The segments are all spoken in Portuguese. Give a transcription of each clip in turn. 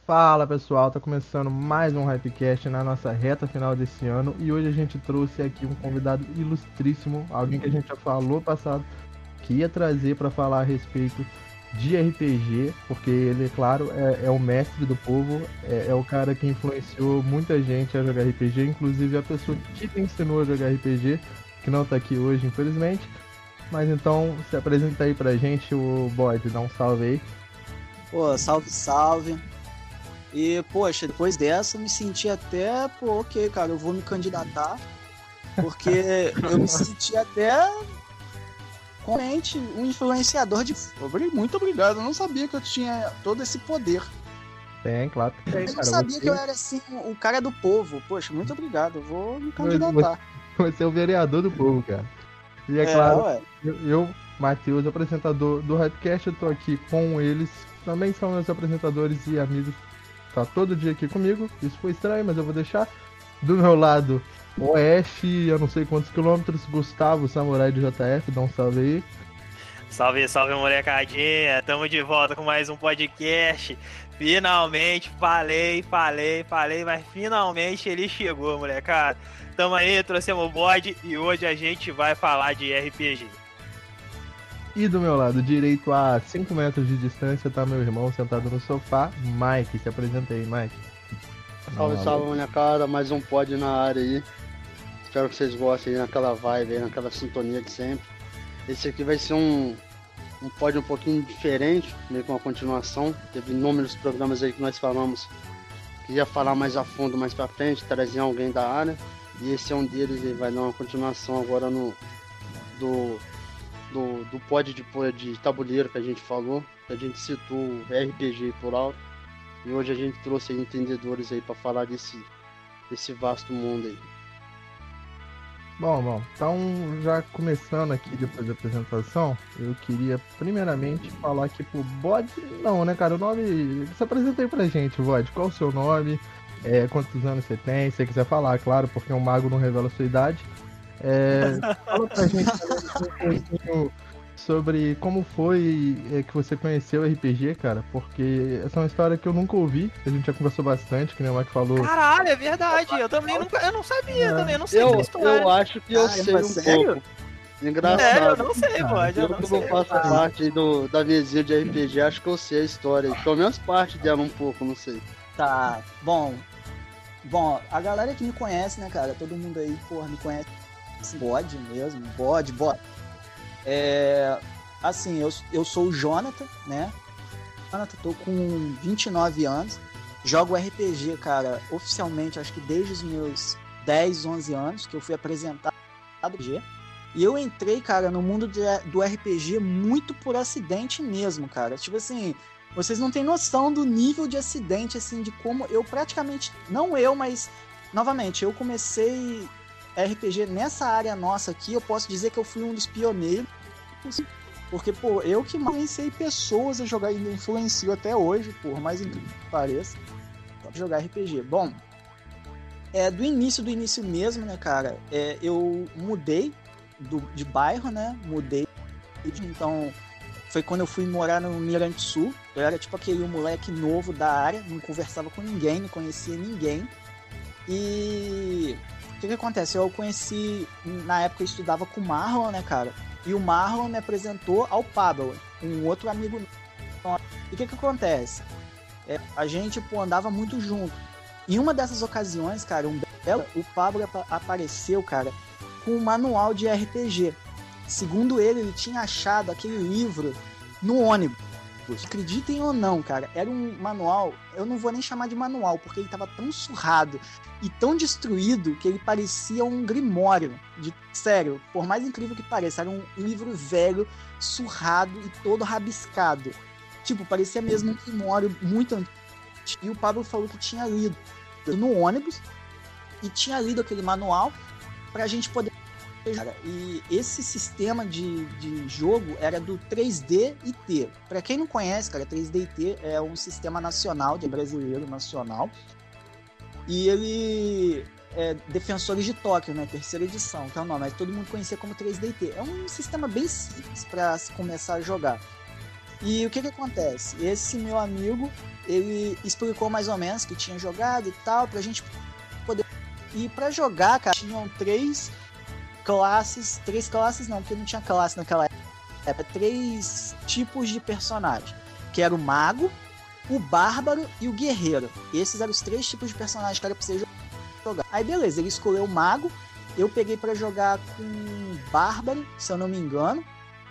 Fala pessoal, tá começando mais um Hypecast na nossa reta final desse ano e hoje a gente trouxe aqui um convidado ilustríssimo, alguém que a gente já falou passado que ia trazer para falar a respeito de RPG, porque ele, é claro, é o mestre do povo, é o cara que influenciou muita gente a jogar RPG, inclusive a pessoa que te ensinou a jogar RPG, que não tá aqui hoje, infelizmente. Mas então, se apresenta aí pra gente, o Bode, dá um salve aí. Pô, salve, salve. E, poxa, depois dessa eu me senti até, pô, ok, cara, eu vou me candidatar, porque eu me senti até realmente um influenciador de. Muito obrigado, eu não sabia que eu tinha todo esse poder. Tem, claro que tem, Eu não cara. sabia que eu era assim, o cara do povo. Poxa, muito obrigado, eu vou me Você, candidatar. você é o vereador do povo, cara. E é É, claro, ué. Matheus, apresentador do Hypecast, eu tô aqui com eles. Também são meus apresentadores e amigos. Tá todo dia aqui comigo. Isso foi estranho, mas eu vou deixar. Do meu lado, Oeste, eu não sei quantos quilômetros, Gustavo, Samurai do JF, dá um salve aí. Salve, salve, molecadinha! Tamo de volta com mais um podcast. Finalmente, falei, mas finalmente ele chegou, molecada. Tamo aí, trouxemos o bode e hoje a gente vai falar de RPG. E do meu lado direito, a 5 metros de distância, tá meu irmão sentado no sofá, Mike. Se apresenta aí, Mike. Salve, salve, molecada, mais um pod na área aí. Espero que vocês gostem aí naquela vibe aí, naquela sintonia de sempre. Esse aqui vai ser um pod um pouquinho diferente, meio que uma continuação. Teve inúmeros programas aí que nós falamos que ia falar mais a fundo mais pra frente, trazer alguém da área. E esse é um deles e vai dar uma continuação agora do pod de tabuleiro que a gente falou, que a gente citou o RPG por alto. E hoje a gente trouxe aí entendedores aí para falar desse vasto mundo aí. Bom, então já começando aqui depois da apresentação, eu queria primeiramente falar aqui pro Bode, não, né, cara, o nome, se apresenta aí pra gente, Bode, qual o seu nome, quantos anos você tem, se você quiser falar, claro, porque um mago não revela a sua idade. Fala pra gente também um pouquinho sobre como foi que você conheceu o RPG, cara, porque essa é uma história que eu nunca ouvi, a gente já conversou bastante, que nem o Mike falou. Caralho, é verdade. Eu também eu não sabia também, eu não sei essa história. Eu acho que eu sei um sério? pouco. Engraçado. É, eu não sei, bode, eu Eu não que sei. não faço parte aí da mesinha de RPG, acho que eu sei a história aí. Pelo menos parte dela um pouco, não sei. Tá, bom, a galera que me conhece, né, cara, todo mundo aí, porra, me conhece, bode mesmo, bode. Assim, eu sou o Jonathan, né? Jonathan, tô com 29 anos. Jogo RPG, cara, oficialmente, acho que desde os meus 10, 11 anos, que eu fui apresentado do RPG. E eu entrei, cara, no mundo do RPG muito por acidente mesmo, cara. Tipo assim, vocês não têm noção do nível de acidente, assim, de como eu praticamente... Não eu, mas, novamente, eu comecei RPG nessa área nossa aqui, eu posso dizer que eu fui um dos pioneiros. Porque, pô, eu que influenciei pessoas a jogar, ainda influencio até hoje, por mais incrível que pareça, a jogar RPG. Bom, do início mesmo, né, cara, eu mudei de bairro, né, então foi quando eu fui morar no Mirante Sul. Eu era tipo aquele moleque novo da área, não conversava com ninguém, não conhecia ninguém. E o que acontece? Eu conheci, na época eu estudava com o Marlon, né, cara? E o Marlon me apresentou ao Pablo, um outro amigo nosso. E o que acontece? A gente, pô, andava muito junto. Em uma dessas ocasiões, cara, o Pablo apareceu, cara, com um manual de RPG. Segundo ele tinha achado aquele livro no ônibus. Acreditem ou não, cara, era um manual, eu não vou nem chamar de manual, porque ele tava tão surrado e tão destruído que ele parecia um grimório. Sério, por mais incrível que pareça, era um livro velho, surrado e todo rabiscado. Tipo, parecia mesmo um grimório muito antigo. E o Pablo falou que tinha lido no ônibus e tinha lido aquele manual pra gente poder... E esse sistema de jogo era do 3D+T. Para quem não conhece, cara, 3D+T é um sistema nacional, brasileiro nacional. E ele é Defensores de Tóquio, né? Terceira edição, que é o nome. Mas todo mundo conhecia como 3D+T. É um sistema bem simples para se começar a jogar. E o que acontece? Esse meu amigo, ele explicou mais ou menos que tinha jogado e tal, pra gente poder... E pra jogar, cara, tinham três classes não, porque não tinha classe naquela época, 3 tipos de personagem, que era o mago, o bárbaro e o guerreiro. Esses eram os 3 tipos de personagens que era pra você jogar. Aí beleza, ele escolheu o mago, eu peguei pra jogar com o bárbaro, se eu não me engano,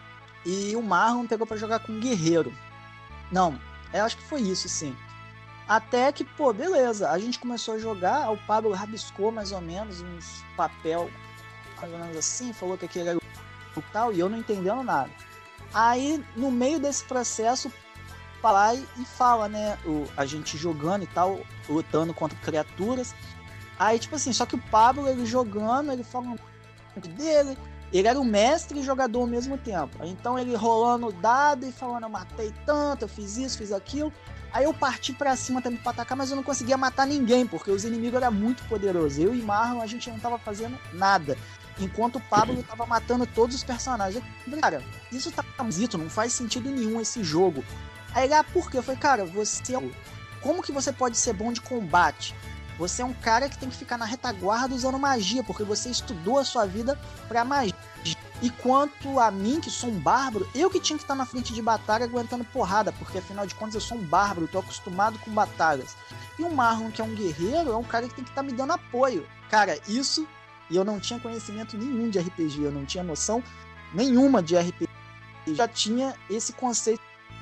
e o Marlon pegou pra jogar com o guerreiro. Não, eu acho que foi isso, sim. Até que, pô, beleza, a gente começou a jogar, o Pablo rabiscou mais ou menos uns papel, mais ou menos assim, falou que aquele era o tal, e eu não entendendo nada. Aí, no meio desse processo, fala e fala, né, a gente jogando e tal, lutando contra criaturas. Aí, tipo assim, só que o Pablo, ele jogando, ele falando dele, ele era o mestre e jogador ao mesmo tempo. Então ele rolando dado e falando, eu matei tanto, eu fiz isso, fiz aquilo. Aí eu parti pra cima também pra atacar, mas eu não conseguia matar ninguém, porque os inimigos eram muito poderosos. Eu e Marlon, a gente não tava fazendo nada. Enquanto o Pablo tava matando todos os personagens. Eu falei, cara, isso tá esquisito, não faz sentido nenhum esse jogo. Aí ele, por quê? Eu falei, cara, como que você pode ser bom de combate? Você é um cara que tem que ficar na retaguarda usando magia, porque você estudou a sua vida pra magia. E quanto a mim, que sou um bárbaro, eu que tinha que estar na frente de batalha aguentando porrada, porque afinal de contas eu sou um bárbaro, eu tô acostumado com batalhas. E o Marlon, que é um guerreiro, é um cara que tem que estar me dando apoio. Cara, isso, e eu não tinha conhecimento nenhum de RPG, eu não tinha noção nenhuma de RPG, eu já tinha esse conceito.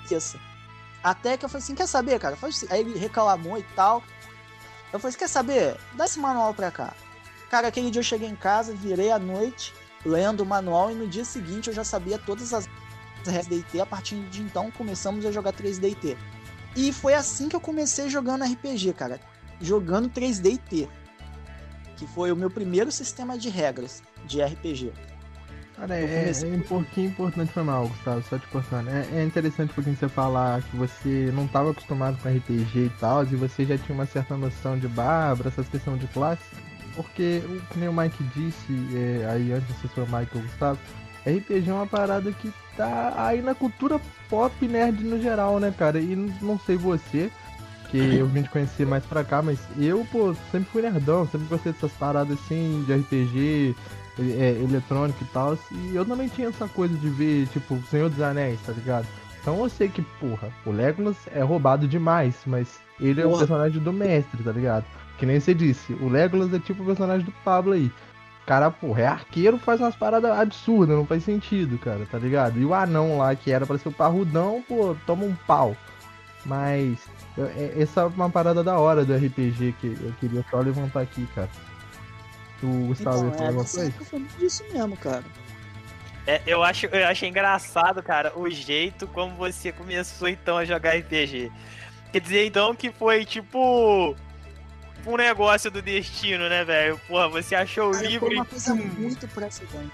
Até que eu falei assim, quer saber, cara? Aí ele reclamou e tal. Eu falei assim, quer saber? Dá esse manual pra cá. Cara, aquele dia eu cheguei em casa, virei à noite, lendo o manual, e no dia seguinte eu já sabia todas as regras de D&T. A partir de então começamos a jogar 3D&T. E foi assim que eu comecei jogando RPG, cara. Jogando 3D&T. Que foi o meu primeiro sistema de regras de RPG. Cara, um pouquinho importante, foi mal, Gustavo, só te cortando. É interessante um pouquinho você falar que você não estava acostumado com RPG e tal, e você já tinha uma certa noção de bárbaro, essas questões de classe, porque, como o Mike disse, aí antes de ser o Mike ou o Gustavo, RPG é uma parada que tá aí na cultura pop nerd no geral, né, cara? E não sei você, que eu vim te conhecer mais pra cá, mas eu, pô, sempre fui nerdão, sempre gostei dessas paradas assim, de RPG... eletrônico e tal, e eu também tinha essa coisa de ver, tipo, Senhor dos Anéis, tá ligado? Então eu sei que, porra, o Legolas é roubado demais, mas ele é o personagem do mestre, tá ligado? Que nem você disse, o Legolas é tipo o personagem do Pablo aí. O cara, porra, é arqueiro, faz umas paradas absurdas, não faz sentido, cara, tá ligado? E o anão lá, que era pra ser o parrudão, pô, toma um pau. Mas essa é uma parada da hora do RPG que eu queria só levantar aqui, cara. O Gustavo ia falar alguma coisa? Isso mesmo, cara. Eu achei engraçado, cara, o jeito como você começou então a jogar RPG. Quer dizer então que foi tipo um negócio do destino, né, velho? Porra, você achou o livro. Foi uma coisa muito precedente.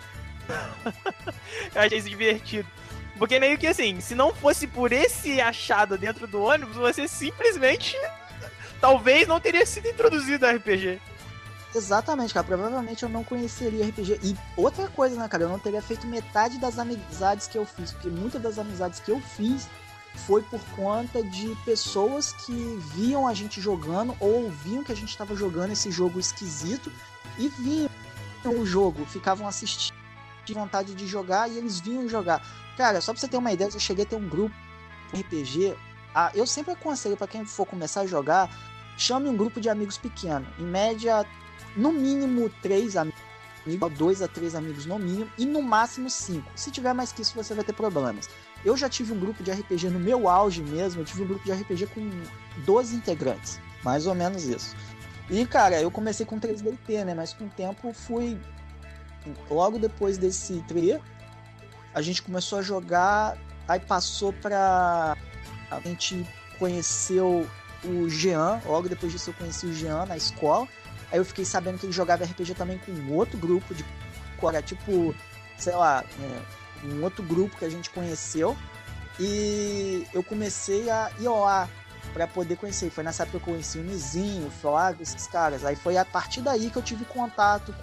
Eu achei isso divertido. Porque meio que assim, se não fosse por esse achado dentro do ônibus, você simplesmente talvez não teria sido introduzido ao RPG. Exatamente, cara. Provavelmente eu não conheceria RPG. E outra coisa, né, cara? Eu não teria feito metade das amizades que eu fiz. Porque muitas das amizades que eu fiz foi por conta de pessoas que viam a gente jogando ou ouviam que a gente estava jogando esse jogo esquisito e viam o jogo, ficavam assistindo, de vontade de jogar, e eles vinham jogar. Cara, só pra você ter uma ideia, eu cheguei a ter um grupo de RPG. Eu sempre aconselho pra quem for começar a jogar, chame um grupo de amigos pequeno. Em média, no mínimo 3 amigos, 2 a 3 amigos no mínimo, e no máximo 5. Se tiver mais que isso, você vai ter problemas. Eu já tive um grupo de RPG no meu auge mesmo, eu tive um grupo de RPG com 12 integrantes, mais ou menos isso. E, cara, eu comecei com 3D&T, né, mas com o tempo fui... Logo depois desse 3D, a gente começou a jogar, aí passou pra... A gente conheceu o Jean, logo depois disso eu conheci o Jean na escola. Aí eu fiquei sabendo que ele jogava RPG também com um outro grupo de... Tipo, sei lá, um outro grupo que a gente conheceu. E eu comecei a ir lá pra poder conhecer. Foi nessa época que eu conheci o Nizinho, o Flávio, esses caras. Aí foi a partir daí que eu tive contato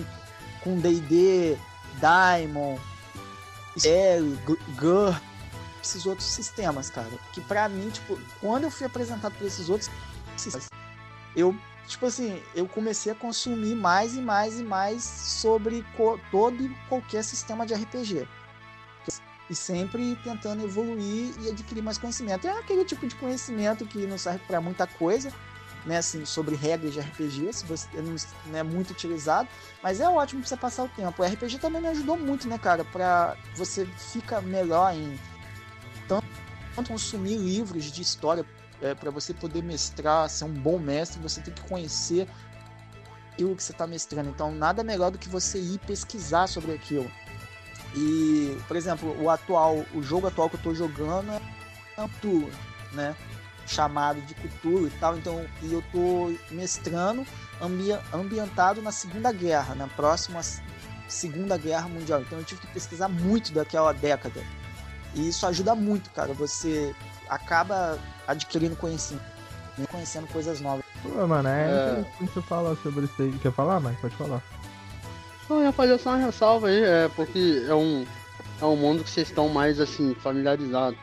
com D&D, Daimon, Gur, esses outros sistemas, cara. Que pra mim, tipo, quando eu fui apresentado por esses outros sistemas, eu, tipo assim, eu comecei a consumir mais e mais e mais sobre todo e qualquer sistema de RPG. E sempre tentando evoluir e adquirir mais conhecimento. É aquele tipo de conhecimento que não serve pra muita coisa, né, assim, sobre regras de RPG, se você não é muito utilizado, mas é ótimo pra você passar o tempo. O RPG também me ajudou muito, né, cara, pra você ficar melhor em tanto consumir livros de história, para você poder mestrar, ser um bom mestre, você tem que conhecer aquilo que você está mestrando. Então, nada melhor do que você ir pesquisar sobre aquilo. E, por exemplo, o jogo atual que eu estou jogando é Cthulhu, né? Chamado de Cthulhu e tal. Então, e eu estou mestrando ambientado na Segunda Guerra, na próxima Segunda Guerra Mundial. Então, eu tive que pesquisar muito daquela década. E isso ajuda muito, cara. Você acaba adquirindo conhecimento, conhecendo coisas novas. Pô, mano, interessante você falar sobre isso aí. Quer falar, Mike? Pode falar. Não, eu ia fazer só uma ressalva aí, porque é um mundo que vocês estão mais, assim, familiarizados.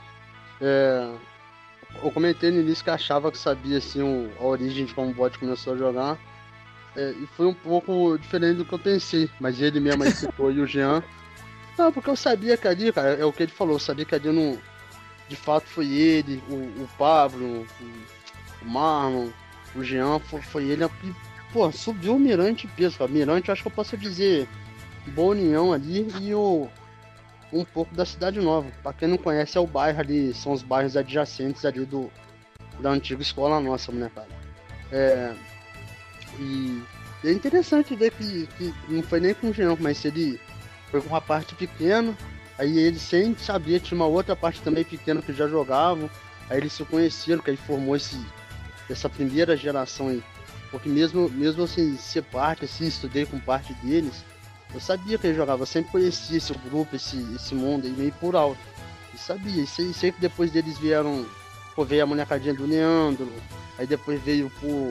Eu comentei no início que achava que sabia, assim, a origem de como o bot começou a jogar. E foi um pouco diferente do que eu pensei. Mas ele mesmo aí citou e o Jean. Não, porque eu sabia que ali, cara, é o que ele falou, eu sabia que ali não... De fato foi ele, o Pablo, o Marlon, o Jean, foi ele que, pô, subiu o Mirante em peso, cara. Mirante, eu acho que eu posso dizer Boa União ali e um pouco da Cidade Nova. Pra quem não conhece, é o bairro ali, são os bairros adjacentes ali da antiga escola nossa, né, cara. E é interessante ver que não foi nem com o Jean, mas ele foi com uma parte pequena. Aí eles, sem saber, tinha uma outra parte também pequena que já jogavam. Aí eles se conheceram, que aí formou essa primeira geração aí. Porque mesmo assim, ser parte, assim, estudei com parte deles, eu sabia que eles jogavam, eu sempre conhecia esse grupo, esse mundo aí meio por alto. E sabia, e sei que depois deles veio a molecadinha do Leandro, aí depois veio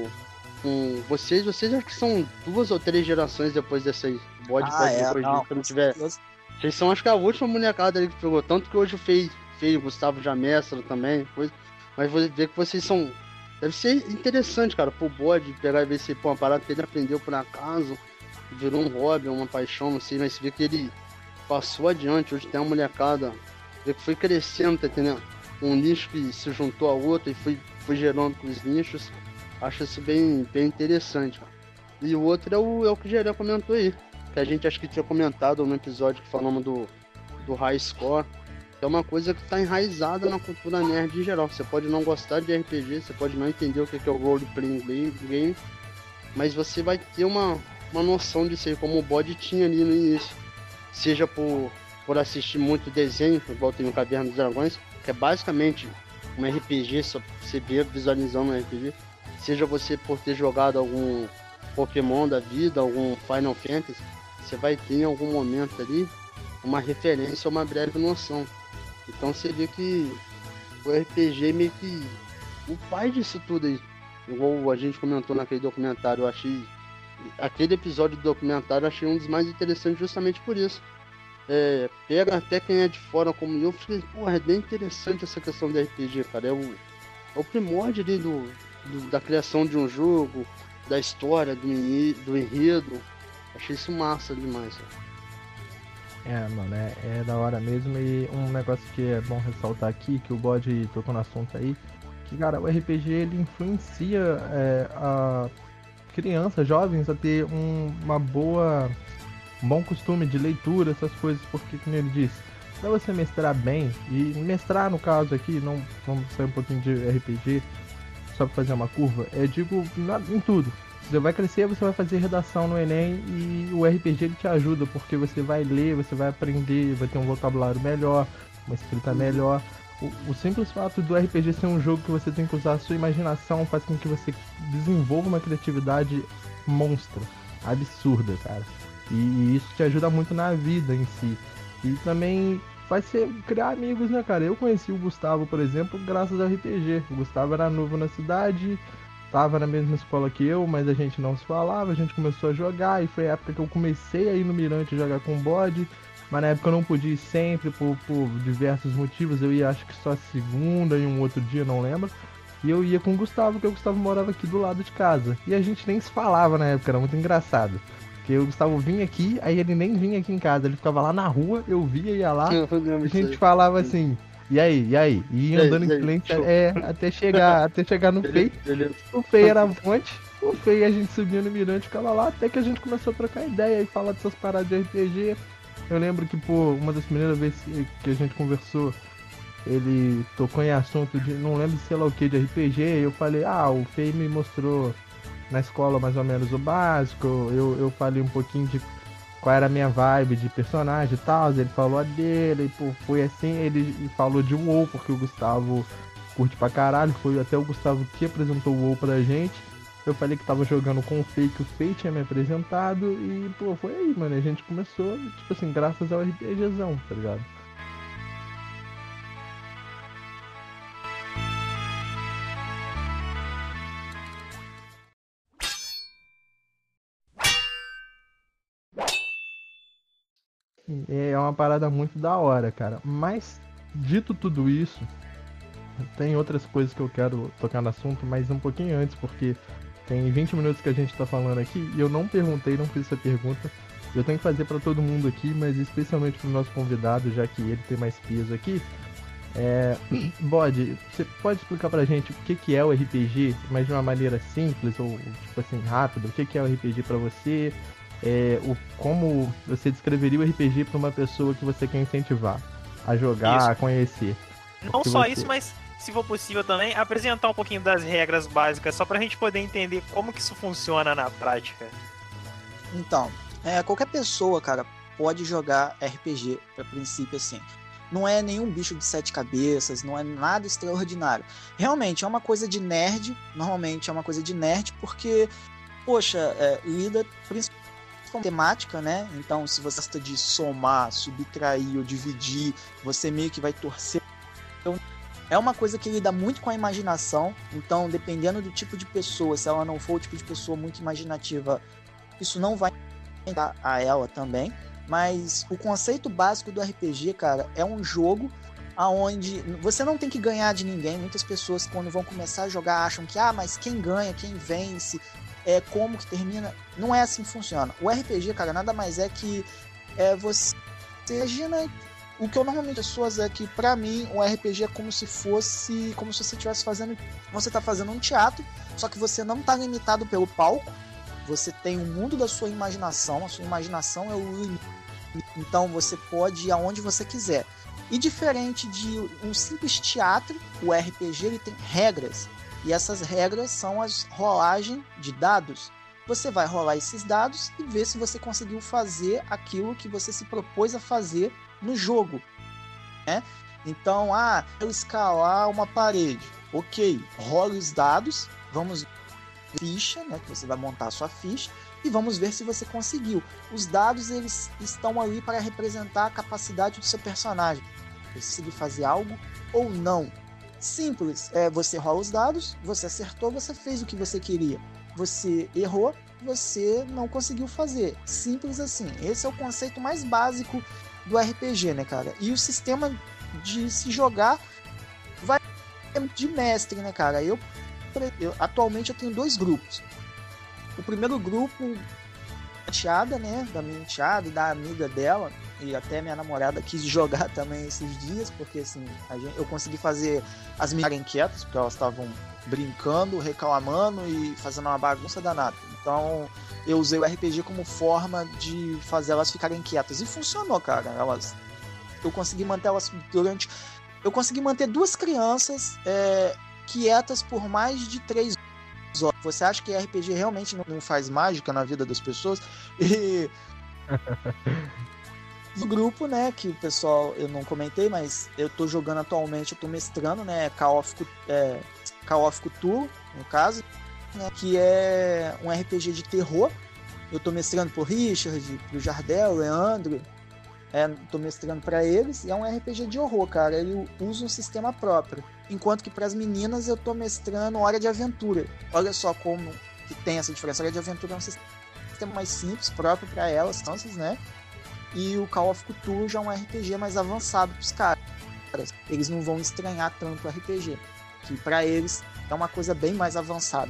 com vocês acho que são 2 ou 3 gerações depois dessa aí. Pode corrigir se eu não tiver. Vocês são, acho que a última molecada ali que pegou. Tanto que hoje o Feio, o Gustavo já mestra também. Mas vou ver que vocês são... Deve ser interessante, cara, pro bode pegar e ver se, pô, uma parada que ele aprendeu por acaso, virou um hobby, uma paixão, não sei, mas vê que ele passou adiante. Hoje tem uma molecada, vê que foi crescendo, tá entendendo? Um nicho que se juntou a outro e foi gerando com os nichos. Acho isso bem interessante, cara. E o outro é o que o Gerê comentou aí. Que a gente acho que tinha comentado no episódio que falamos do High Score, que é uma coisa que está enraizada na cultura nerd em geral. Você pode não gostar de RPG, você pode não entender o que é o role playing game, mas você vai ter uma noção disso aí, como o Bode tinha ali no início. Seja por assistir muito desenho, igual tem o Caverna dos Dragões, que é basicamente um RPG, só você vê visualizando um RPG, seja você por ter jogado algum Pokémon da vida, algum Final Fantasy, você vai ter em algum momento ali uma referência, uma breve noção. Então você vê que o RPG é meio que o pai disso tudo aí. Igual a gente comentou naquele documentário, eu achei aquele episódio do documentário, eu achei um dos mais interessantes justamente por isso. Pega até quem é de fora como eu, falei, porra, é bem interessante essa questão do RPG, cara. É o primórdio ali da criação de um jogo, da história, do enredo. Achei isso massa demais, cara. Mano, é da hora mesmo. E um negócio que é bom ressaltar aqui, que o Bode tocou no assunto aí, que, cara, o RPG, ele influencia a crianças, jovens, a ter um bom costume de leitura, essas coisas, porque, como ele disse, pra você mestrar bem, e mestrar, no caso aqui, não vamos sair um pouquinho de RPG, só pra fazer uma curva, digo, em tudo. Você vai crescer, você vai fazer redação no Enem e o RPG ele te ajuda, porque você vai ler, você vai aprender, vai ter um vocabulário melhor, uma escrita melhor. O simples fato do RPG ser um jogo que você tem que usar a sua imaginação faz com que você desenvolva uma criatividade monstra, absurda, cara. E isso te ajuda muito na vida em si. E também vai ser criar amigos, né, cara? Eu conheci o Gustavo, por exemplo, graças ao RPG. O Gustavo era novo na cidade, tava na mesma escola que eu, mas a gente não se falava, a gente começou a jogar, e foi a época que eu comecei a ir no Mirante jogar com o Bode, mas na época eu não podia ir sempre por diversos motivos. Eu ia acho que só segunda e um outro dia, não lembro. E eu ia com o Gustavo, porque o Gustavo morava aqui do lado de casa. E a gente nem se falava na época, era muito engraçado. Porque o Gustavo vinha aqui, aí ele nem vinha aqui em casa, ele ficava lá na rua, eu via, ia lá, a gente falava assim, e aí? E ia andando em frente até chegar no FEI. O FEI era a fonte, o FEI a gente subia no mirante, ficava lá, até que a gente começou a trocar ideia e falar dessas paradas de RPG. Eu lembro que, uma das primeiras vezes que a gente conversou, ele tocou em assunto de, não lembro sei lá o que, de RPG, e eu falei, o FEI me mostrou na escola mais ou menos o básico, eu falei um pouquinho de qual era a minha vibe de personagem e tal, ele falou a dele, e foi assim, ele falou de WoW, porque o Gustavo curte pra caralho, foi até o Gustavo que apresentou o WoW pra gente. Eu falei que tava jogando com o FEI, que o FEI tinha me apresentado, e foi aí, mano, a gente começou, tipo assim, graças ao RPGzão, tá ligado? É uma parada muito da hora, cara. Mas, dito tudo isso, tem outras coisas que eu quero tocar no assunto, mas um pouquinho antes, porque tem 20 minutos que a gente tá falando aqui e eu não perguntei, não fiz essa pergunta. Eu tenho que fazer pra todo mundo aqui, mas especialmente pro nosso convidado, já que ele tem mais peso aqui. Bode, você pode explicar pra gente o que é o RPG, mas de uma maneira simples ou tipo assim, rápido? O que é o RPG pra você? Como você descreveria o RPG para uma pessoa que você quer incentivar a jogar, Isso. a conhecer? Não só isso, mas se for possível também, apresentar um pouquinho das regras básicas, só pra gente poder entender como que isso funciona na prática. Então, qualquer pessoa, cara, pode jogar RPG, a princípio, assim. Não é nenhum bicho de 7 cabeças, não é nada extraordinário. Realmente, é uma coisa de nerd, normalmente é uma coisa de nerd, porque, poxa, lida principalmente com temática, né? Então, se você gosta de somar, subtrair ou dividir, você meio que vai torcer. Então, é uma coisa que lida muito com a imaginação. Então, dependendo do tipo de pessoa, se ela não for o tipo de pessoa muito imaginativa, isso não vai dar a ela também. Mas o conceito básico do RPG, cara, é um jogo aonde você não tem que ganhar de ninguém. Muitas pessoas, quando vão começar a jogar, acham que, mas quem ganha, quem vence, como que termina. Não é assim que funciona. O RPG, cara, nada mais é que você imagina. O que eu normalmente pessoas é que, pra mim, o RPG é como se você estivesse fazendo. Você tá fazendo um teatro, só que você não tá limitado pelo palco. Você tem o mundo da sua imaginação. A sua imaginação é o limite. Então você pode ir aonde você quiser. E diferente de um simples teatro, o RPG ele tem regras. E essas regras são as rolagens de dados. Você vai rolar esses dados e ver se você conseguiu fazer aquilo que você se propôs a fazer no jogo, né? Então, eu escalar uma parede. Ok, rola os dados, vamos ficha, né? Que você vai montar a sua ficha e vamos ver se você conseguiu. Os dados eles estão ali para representar a capacidade do seu personagem. Conseguir fazer algo ou não. Simples, você rola os dados, você acertou, você fez o que você queria. Você errou, você não conseguiu fazer. Simples assim. Esse é o conceito mais básico do RPG, né, cara? E o sistema de se jogar vai de mestre, né, cara? Atualmente eu tenho 2 grupos. O primeiro grupo, a enteada, né, da minha enteada e da amiga dela, e até minha namorada quis jogar também esses dias, porque assim, eu consegui fazer as minhas ficarem quietas, porque elas estavam brincando, reclamando e fazendo uma bagunça danada. Então eu usei o RPG como forma de fazer elas ficarem quietas. E funcionou, cara. Eu consegui manter elas eu consegui manter 2 crianças quietas por mais de 3 horas. Você acha que RPG realmente não faz mágica na vida das pessoas? E o grupo, né, que o pessoal, eu não comentei, mas eu tô jogando atualmente, eu tô mestrando, né, Call of Cthulhu, no caso, né, que é um RPG de terror. Eu tô mestrando pro Richard, pro Jardel, Leandro, tô mestrando pra eles, e é um RPG de horror, cara. Ele usa um sistema próprio, enquanto que pras meninas eu tô mestrando Hora de Aventura. Olha só como que tem essa diferença. Hora de Aventura é um sistema mais simples, próprio pra elas, né? e o Call of Cthulhu já é um RPG mais avançado pros caras. Eles não vão estranhar tanto o RPG, que pra eles é uma coisa bem mais avançada.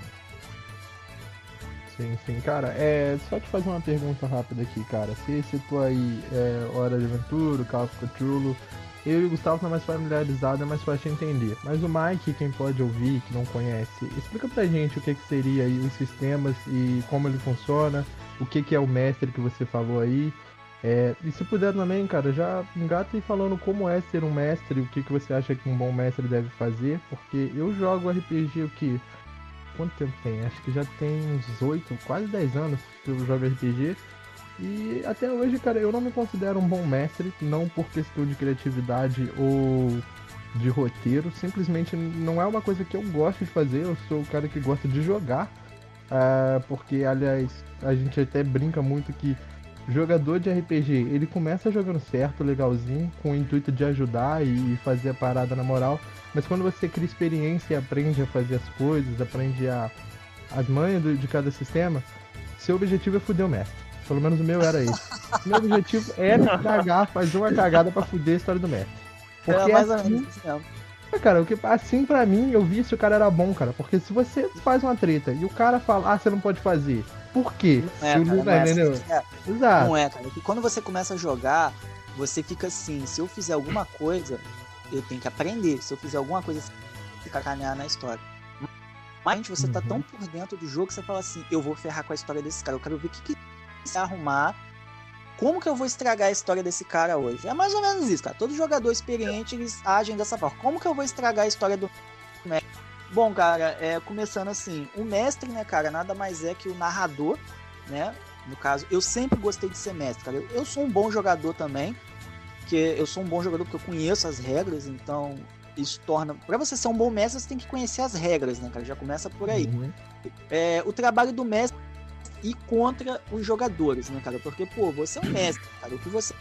Sim, cara, só te fazer uma pergunta rápida aqui, cara. Você citou aí Hora de Aventura, Call of Cthulhu. Eu e o Gustavo estamos mais familiarizados, é mais fácil de entender. Mas o Mike, quem pode ouvir, que não conhece, explica pra gente o que seria aí os sistemas e como ele funciona, o que é o mestre que você falou aí. E se puder também, cara, já engata aí falando como é ser um mestre, o que você acha que um bom mestre deve fazer, porque eu jogo RPG o que? Quanto tempo tem? Acho que já tem uns 8, quase 10 anos que eu jogo RPG. E até hoje, cara, eu não me considero um bom mestre, não por questão de criatividade ou de roteiro, simplesmente não é uma coisa que eu gosto de fazer, eu sou o cara que gosta de jogar, porque, aliás, a gente até brinca muito que jogador de RPG, ele começa jogando certo, legalzinho, com o intuito de ajudar e fazer a parada na moral, mas quando você cria experiência e aprende a fazer as coisas, aprende as manhas de cada sistema, seu objetivo é foder o mestre. Pelo menos o meu era esse. Meu objetivo era cagar, fazer uma cagada pra fuder a história do mestre. Porque mais ou menos isso mesmo. Cara, assim pra mim, eu vi se o cara era bom, cara. Porque se você faz uma treta e o cara fala, você não pode fazer. Por quê? Exato. Não é, cara. Porque quando você começa a jogar, você fica assim, se eu fizer alguma coisa, eu tenho que aprender. Se eu fizer alguma coisa, fica caminhar na história. Mas você tá tão por dentro do jogo que você fala assim, eu vou ferrar com a história desse cara. Eu quero ver o que se arrumar. Como que eu vou estragar a história desse cara hoje? É mais ou menos isso, cara. Todo jogador experiente, eles agem dessa forma. Como que eu vou estragar a história do mestre? Bom, cara, começando assim, o mestre, né, cara, nada mais é que o narrador, né? No caso, eu sempre gostei de ser mestre, cara. Eu sou um bom jogador também, porque eu sou um bom jogador porque eu conheço as regras, então isso torna... Pra você ser um bom mestre, você tem que conhecer as regras, né, cara? Já começa por aí. O trabalho do mestre e contra os jogadores, né, cara? Porque, pô, você é um mestre, cara. O que você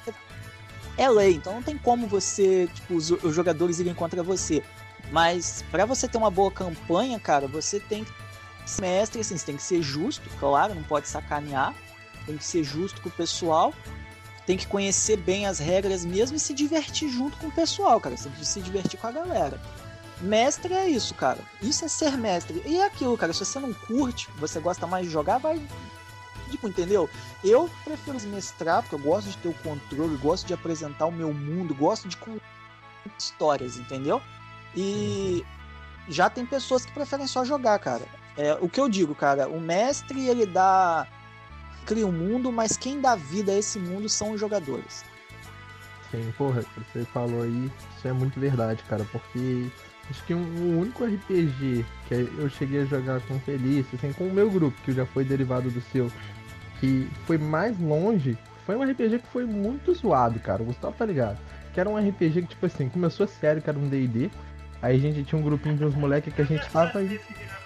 é lei, então não tem como você, tipo, os jogadores irem contra você. Mas pra você ter uma boa campanha, cara, você tem que ser mestre, assim, você tem que ser justo, claro, não pode sacanear, tem que ser justo com o pessoal, tem que conhecer bem as regras mesmo e se divertir junto com o pessoal, cara. Você tem que se divertir com a galera. Mestre é isso, cara. Isso é ser mestre. E é aquilo, cara. Se você não curte, você gosta mais de jogar, vai... Tipo, entendeu? Eu prefiro mestrar, porque eu gosto de ter o controle, gosto de apresentar o meu mundo, gosto de contar histórias, entendeu? E já tem pessoas que preferem só jogar, cara. O que eu digo, cara, o mestre, ele cria um mundo, mas quem dá vida a esse mundo são os jogadores. Sim, porra, você falou aí, isso é muito verdade, cara, porque... Acho que o único RPG que eu cheguei a jogar com Felício, assim, com o meu grupo, que já foi derivado do seu, que foi mais longe, foi um RPG que foi muito zoado, cara. O Gustavo tá ligado? Que era um RPG que, tipo assim, começou sério, que era um D&D. Aí a gente tinha um grupinho de uns moleques que a gente tava aí.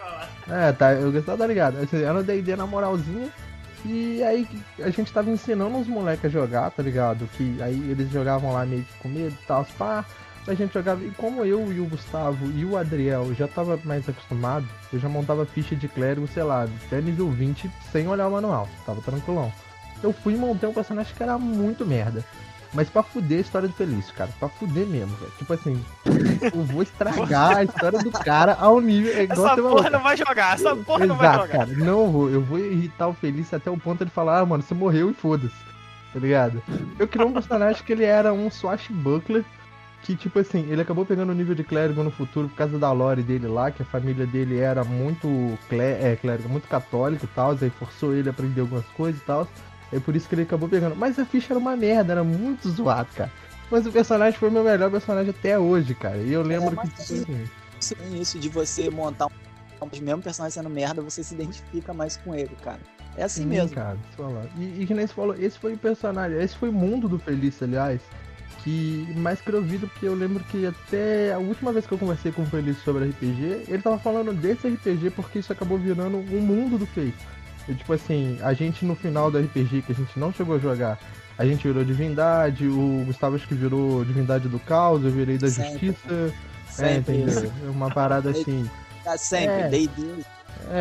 Tá, o Gustavo tá ligado? Era um D&D na moralzinha. E aí a gente tava ensinando os moleques a jogar, tá ligado? Que aí eles jogavam lá meio que com medo e tal, pá. A gente jogava, e como eu e o Gustavo e o Adriel já tava mais acostumado, eu já montava ficha de clérigo, sei lá, até nível 20 sem olhar o manual, tava tranquilão. Eu fui e montei um personagem que era muito merda, mas pra fuder a história do Felício, cara, pra fuder mesmo, velho. Tipo assim, eu vou estragar a história do cara ao nível... Essa porra não vai jogar, essa porra não vai jogar. Cara, não vou, eu vou irritar o Felício até o ponto de ele falar, mano, você morreu e foda-se, tá ligado? Eu criei um personagem que ele era um swashbuckler, que, tipo assim, ele acabou pegando o nível de clérigo no futuro por causa da lore dele lá, que a família dele era muito clérigo, muito católico e tal, aí forçou ele a aprender algumas coisas e tal, é por isso que ele acabou pegando. Mas a ficha era uma merda, era muito zoado, cara. Mas o personagem foi o meu melhor personagem até hoje, cara, e eu lembro que... Tipo assim, isso de você montar mesmo personagem sendo merda, você se identifica mais com ele, cara. É assim mesmo. Cara, e que nem você falou, esse foi o personagem, esse foi o mundo do Felício, aliás, que mais que eu vi, porque eu lembro que até a última vez que eu conversei com o Felício sobre RPG, ele tava falando desse RPG porque isso acabou virando um mundo do Fate. E, tipo assim, a gente no final do RPG, que a gente não chegou a jogar, a gente virou divindade, o Gustavo acho que virou divindade do caos, eu virei da justiça. Sempre entendeu? É uma parada assim. Sempre, D&D.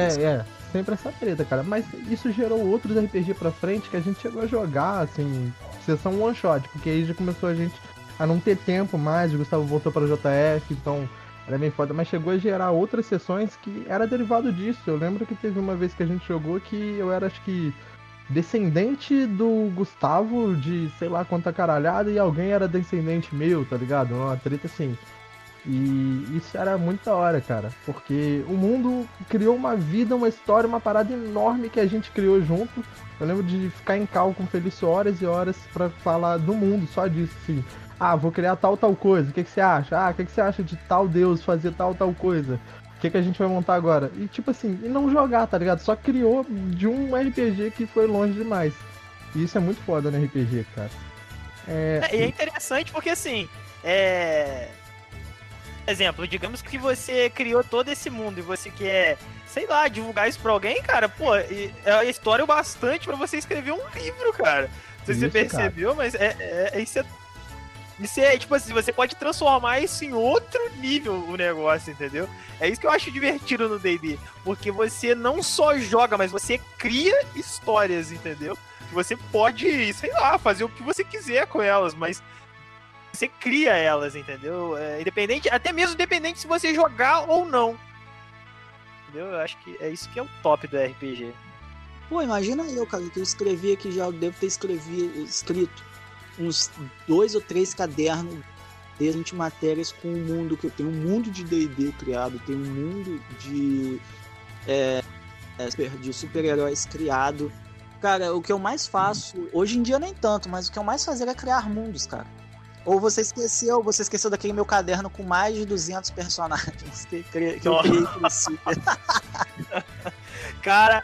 Sempre essa treta, cara. Mas isso gerou outros RPG pra frente que a gente chegou a jogar, assim, sessão one shot, porque aí já começou a gente a não ter tempo mais, o Gustavo voltou para JF, então era bem foda, mas chegou a gerar outras sessões que era derivado disso. Eu lembro que teve uma vez que a gente jogou que eu era, acho que, descendente do Gustavo de sei lá quanta caralhada e alguém era descendente meu, tá ligado? Uma treta assim. E isso era muito da hora, cara, porque o mundo criou uma vida, uma história, uma parada enorme que a gente criou junto. Eu lembro de ficar em call com o Felício horas e horas pra falar do mundo, só disso, assim. Ah, vou criar tal coisa, o que você acha? Ah, o que você acha de tal deus fazer tal coisa? O que a gente vai montar agora? E tipo assim, e não jogar, tá ligado? Só criou de um RPG que foi longe demais. E isso é muito foda no RPG, cara. E é interessante porque assim, exemplo, digamos que você criou todo esse mundo e você quer, sei lá, divulgar isso pra alguém, cara, pô, é história o bastante pra você escrever um livro, cara. Não sei se você percebeu, cara. Mas isso é, tipo assim, você pode transformar isso em outro nível, o negócio, entendeu? É isso que eu acho divertido no D&D, porque você não só joga, mas você cria histórias, entendeu? Você pode, sei lá, fazer o que você quiser com elas, mas você cria elas, entendeu? Independente, até mesmo independente se você jogar ou não. Entendeu? Eu acho que é isso que é o top do RPG. Pô, imagina eu, cara, que eu escrevi aqui já, eu devo ter escrito uns 2 ou 3 cadernos de 20 matérias com o mundo, que eu tenho um mundo de D&D criado, tenho um mundo de super-heróis criado. Cara, o que eu mais faço, hoje em dia nem tanto, mas o que eu mais fazia era criar mundos, cara. Ou você esqueceu daquele meu caderno com mais de 200 personagens que eu criei pro Super. Cara,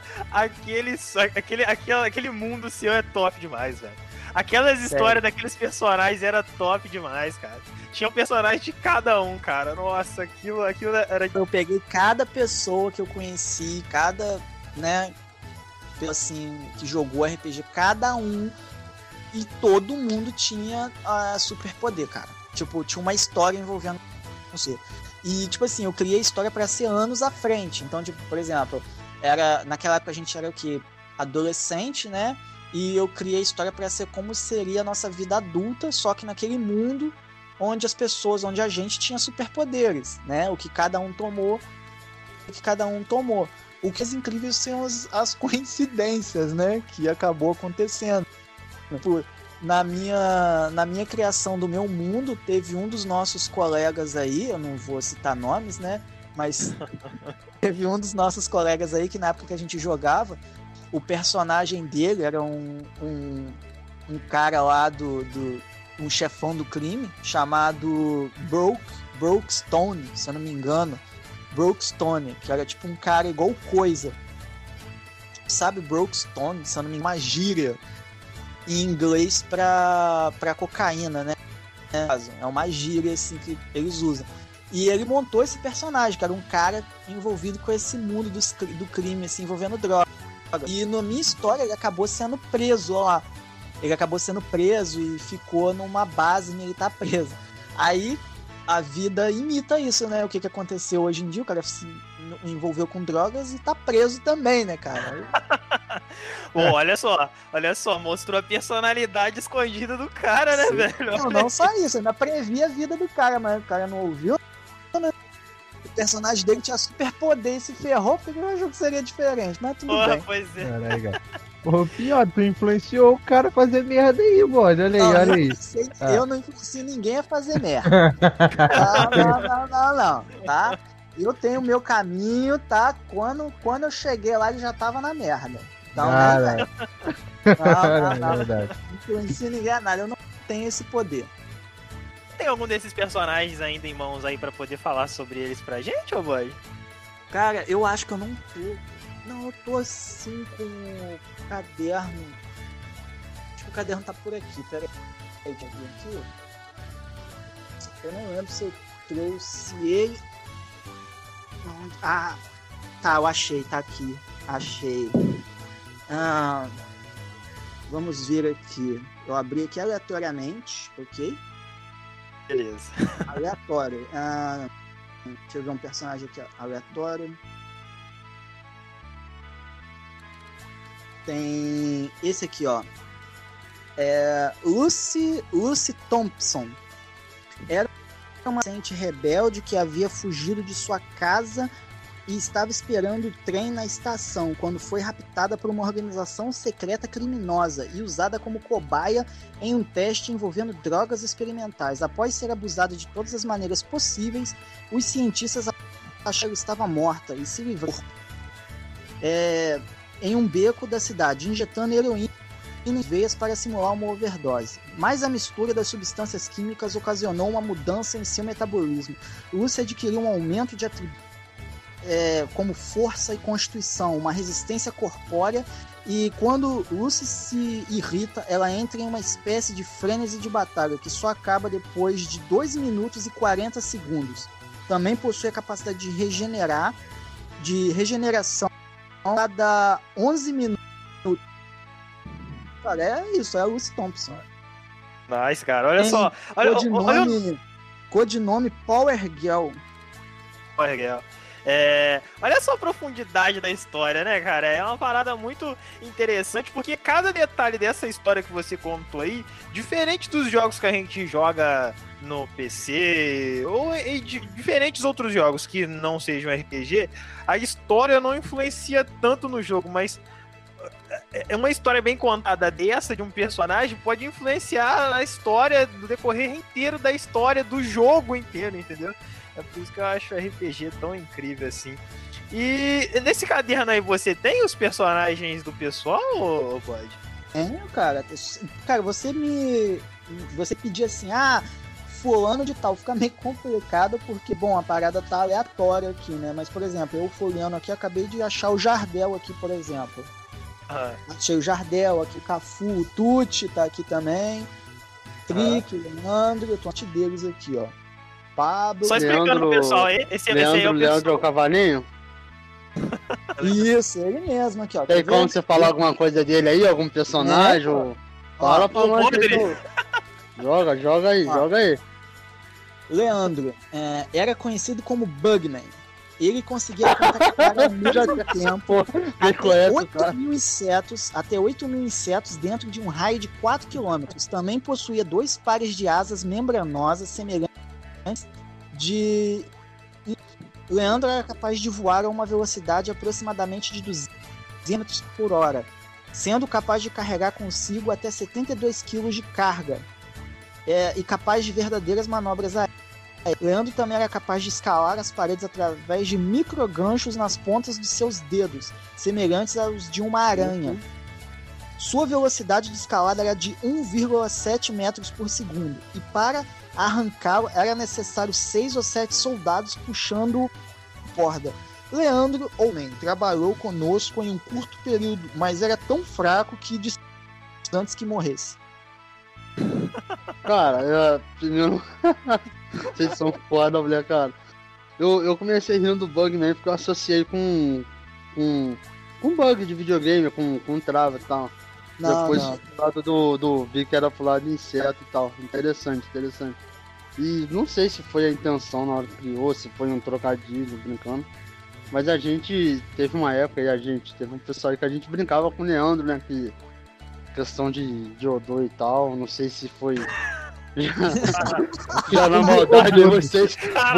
aquele mundo seu é top demais, velho. Aquelas histórias daqueles personagens era top demais, cara. Tinha um personagem de cada um, cara. Nossa, aquilo era... Eu peguei cada pessoa que eu conheci, cada, né, assim, que jogou RPG, cada um, e todo mundo tinha superpoder, cara. Tipo, tinha uma história envolvendo você. E, tipo assim, eu criei história pra ser anos à frente. Então, tipo, por exemplo, naquela época a gente era o quê? Adolescente, né? E eu criei história pra ser como seria a nossa vida adulta, só que naquele mundo onde onde a gente tinha superpoderes, né? O que cada um tomou. O que é incrível são as coincidências, né? Que acabou acontecendo. Na minha criação do meu mundo, teve um dos nossos colegas aí, eu não vou citar nomes, né? Mas teve um dos nossos colegas aí que na época que a gente jogava, o personagem dele era um cara lá um chefão do crime, chamado Brookstone, se eu não me engano. Brookstone, que era tipo um cara igual Coisa. Sabe, Brookstone, se eu não me engano, uma gíria em inglês pra cocaína, né? É uma gíria assim que eles usam. E ele montou esse personagem, que era um cara envolvido com esse mundo do crime, assim, envolvendo droga. E na minha história ele acabou sendo preso, ó lá. Ele acabou sendo preso e ficou numa base militar preso. Aí a vida imita isso, né? O que aconteceu hoje em dia, o cara se envolveu com drogas e tá preso também, né, cara? Bom, olha só, mostrou a personalidade escondida do cara, né, velho? Não só isso, ainda previa a vida do cara, mas o cara não ouviu, né? O personagem dele tinha super poder e se ferrou, porque eu achou que seria diferente, mas tudo bem. Pois é. Caraca. Pô, pior, tu influenciou o cara a fazer merda aí, bode. Olha aí. Eu não influencio ninguém a fazer merda. Não, tá? Eu tenho o meu caminho, tá? Quando eu cheguei lá, ele já tava na merda. Então, não influencio ninguém a nada, eu não tenho esse poder. Tem algum desses personagens ainda em mãos aí pra poder falar sobre eles pra gente, ô boy? Cara, eu acho que eu não tô. Não, eu tô assim com o caderno. Acho que o caderno tá por aqui, pera aí. Aqui. Eu não lembro se eu trouxe ele. Ah, tá, eu achei, tá aqui. Achei. Vamos ver aqui. Eu abri aqui aleatoriamente, ok? Beleza. Aleatório. Deixa eu ver um personagem aqui, aleatório. Tem esse aqui, ó. Lucy Thompson era uma adolescente rebelde que havia fugido de sua casa e estava esperando o trem na estação quando foi raptada por uma organização secreta criminosa e usada como cobaia em um teste envolvendo drogas experimentais. Após ser abusada de todas as maneiras possíveis, os cientistas acharam que estava morta e se livrou em um beco da cidade, injetando heroína em veias para simular uma overdose. Mas a mistura das substâncias químicas ocasionou uma mudança em seu metabolismo. Lucy adquiriu um aumento de atributos como força e constituição, uma resistência corpórea, e quando Lucy se irrita, ela entra em uma espécie de frênese de batalha, que só acaba depois de 2 minutos e 40 segundos. Também possui a capacidade de regeneração a cada 11 minutos. Cara, é isso, é a Lucy Thompson. Nice, cara, olha só. Codinome Power Girl. Power Girl. Olha só a profundidade da história, né, cara? É uma parada muito interessante, porque cada detalhe dessa história que você contou aí, diferente dos jogos que a gente joga no PC, ou de diferentes outros jogos que não sejam RPG, a história não influencia tanto no jogo, mas é uma história bem contada dessa, de um personagem, pode influenciar a história do decorrer inteiro da história do jogo inteiro, entendeu? É por isso que eu acho o RPG tão incrível assim. E nesse caderno aí, você tem os personagens do pessoal, ou pode? Cara, você pedir assim, fulano de tal, fica meio complicado, porque, bom, a parada tá aleatória aqui, né? Mas, por exemplo, eu folheando aqui, acabei de achar o Jardel aqui, por exemplo. Achei o Jardel aqui, o Cafu, o Tucci tá aqui também. Trick, o Leandro, eu tô deles aqui, ó. Pablo. Só explicando pro pessoal aí, esse aí é o Leandro é o Cavalinho? Isso, ele mesmo aqui, ó. Tem como você falar alguma coisa dele aí, algum personagem? Fala pra nós. Joga aí. Leandro era conhecido como Bugman. Ele conseguia contactar ao mesmo tempo até 8 mil insetos dentro de um raio de 4 km. Também possuía 2 pares de asas membranosas semelhantes Leandro era capaz de voar a uma velocidade aproximadamente de 200 km por hora, sendo capaz de carregar consigo até 72 kg de carga e capaz de verdadeiras manobras aéreas. Leandro também era capaz de escalar as paredes através de microganchos nas pontas de seus dedos, semelhantes aos de uma aranha. Sua velocidade de escalada era de 1,7 metros por segundo, e para arrancá-lo era necessário 6 ou 7 soldados puxando corda. Leandro trabalhou conosco em um curto período, mas era tão fraco que antes que morresse. Cara, vocês são foda, mulher, cara. Eu comecei rindo do Bugman porque eu associei com bug de videogame, com trava e tal. Depois vi que era pro lado de inseto e tal. Interessante. E não sei se foi a intenção na hora que criou, se foi um trocadilho brincando. Mas a gente teve uma época e teve um pessoal aí que a gente brincava com o Leandro, né? Que questão de odor e tal. Não sei se foi. Já na maldade, vocês.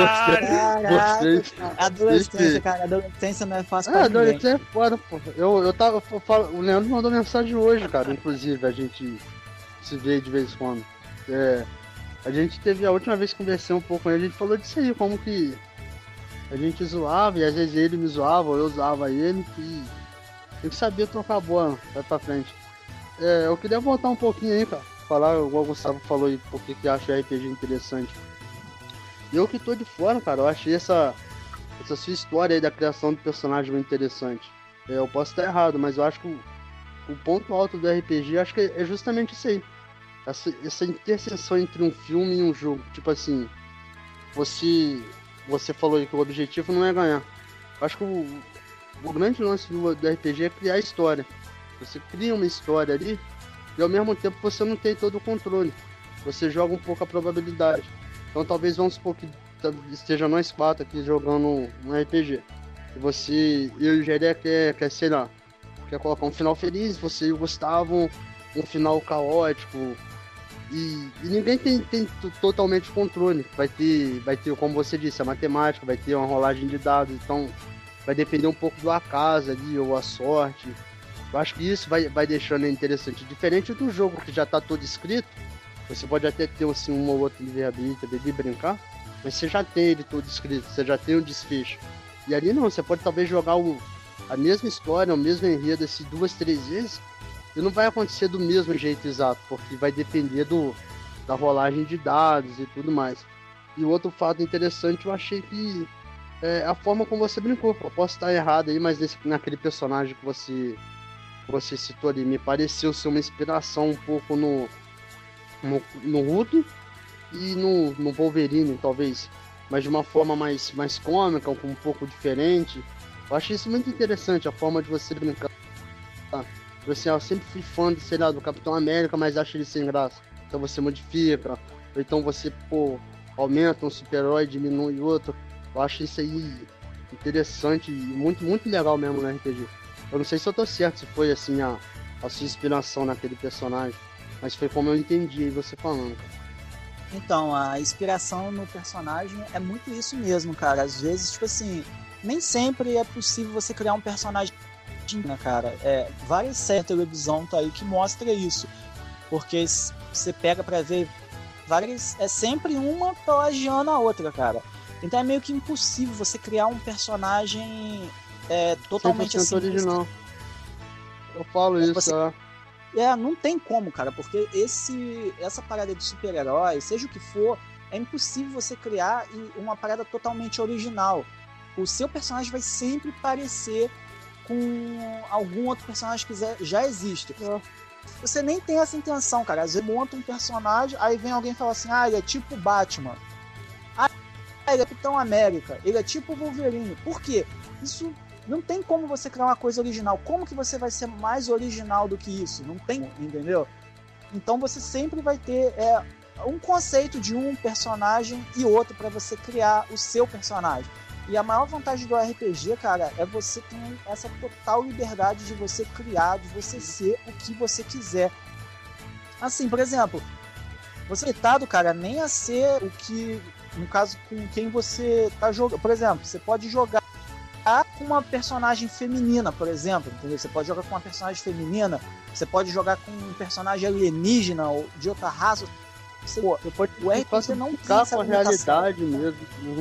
Adolescência, cara, adolescência não é fácil pra ninguém. Adolescência é foda, pô. O Leandro mandou mensagem hoje, cara. Inclusive, a gente se vê de vez em quando. A gente teve a última vez que conversei um pouco com ele, a gente falou disso aí, como que a gente zoava, e às vezes ele me zoava, ou eu zoava ele, e tem que saber trocar a bola, vai pra frente. Eu queria voltar um pouquinho aí, cara. Falar, igual o Gustavo falou aí, por que acha RPG interessante. Eu que tô de fora, cara, eu achei essa sua história aí da criação do personagem muito interessante. Eu posso estar errado, mas eu acho que o ponto alto do RPG, acho que é justamente isso aí. Essa interseção entre um filme e um jogo. Tipo assim, você falou aí que o objetivo não é ganhar. Eu acho que o grande lance do RPG é criar a história. Você cria uma história ali, e ao mesmo tempo você não tem todo o controle. Você joga um pouco a probabilidade. Então talvez vamos supor que esteja nós 4 aqui jogando um RPG. E eu e o Geré quer, sei lá, quer colocar um final feliz, você e o Gustavo um final caótico. E ninguém tem totalmente controle. Vai ter, como você disse, a matemática, vai ter uma rolagem de dados, então vai depender um pouco do acaso ali, ou a sorte. Eu acho que isso vai deixando ele interessante. Diferente do jogo que já está todo escrito, você pode até ter assim, um ou outro livre-arbítrio de brincar, mas você já tem ele todo escrito, você já tem um desfecho. E ali não, você pode talvez jogar a mesma história, o mesmo enredo assim 2, 3 vezes, e não vai acontecer do mesmo jeito exato, porque vai depender da rolagem de dados e tudo mais. E outro fato interessante, eu achei que a forma como você brincou. Eu posso estar errado aí, mas naquele personagem que você citou ali, me pareceu ser uma inspiração um pouco no Hulk e no Wolverine, talvez, mas de uma forma mais cômica, um pouco diferente. Eu achei isso muito interessante, a forma de você brincar. Assim, eu sempre fui fã sei lá, do Capitão América, mas acho ele sem graça. Então você modifica, ou então você, aumenta um super-herói, diminui outro. Eu acho isso aí interessante e muito, muito legal mesmo no RPG. Eu não sei se eu tô certo, se foi assim a sua inspiração naquele personagem, mas foi como eu entendi aí você falando. Então, a inspiração no personagem é muito isso mesmo, cara. Às vezes, tipo assim, nem sempre é possível você criar um personagem, né, cara? Várias séries de televisão tá aí que mostra isso, porque você pega pra ver várias, é sempre uma plagiando a outra, cara. Então é meio que impossível você criar um personagem totalmente assim original. Eu falo isso, não tem como, cara, porque essa parada de super-herói, seja o que for, é impossível você criar uma parada totalmente original. O seu personagem vai sempre parecer com algum outro personagem que já existe. Você nem tem essa intenção, cara. Às vezes monta um personagem, aí vem alguém e fala assim, ele é tipo Batman. Ele é Capitão América. Ele é tipo Wolverine. Por quê? Isso não tem como você criar uma coisa original. Como que você vai ser mais original do que isso? Não tem, entendeu? Então você sempre vai ter um conceito de um personagem e outro para você criar o seu personagem. E a maior vantagem do RPG, cara, é você ter essa total liberdade de você criar, de você ser o que você quiser. Assim, por exemplo, você é limitado, cara, nem a ser o que, no caso, com quem você tá jogando. Por exemplo, você pode jogar com uma personagem feminina, por exemplo, entendeu? Você pode jogar com uma personagem feminina, você pode jogar com um personagem alienígena ou de outra raça. Você pode o RPG não tem essa com a realidade mesmo.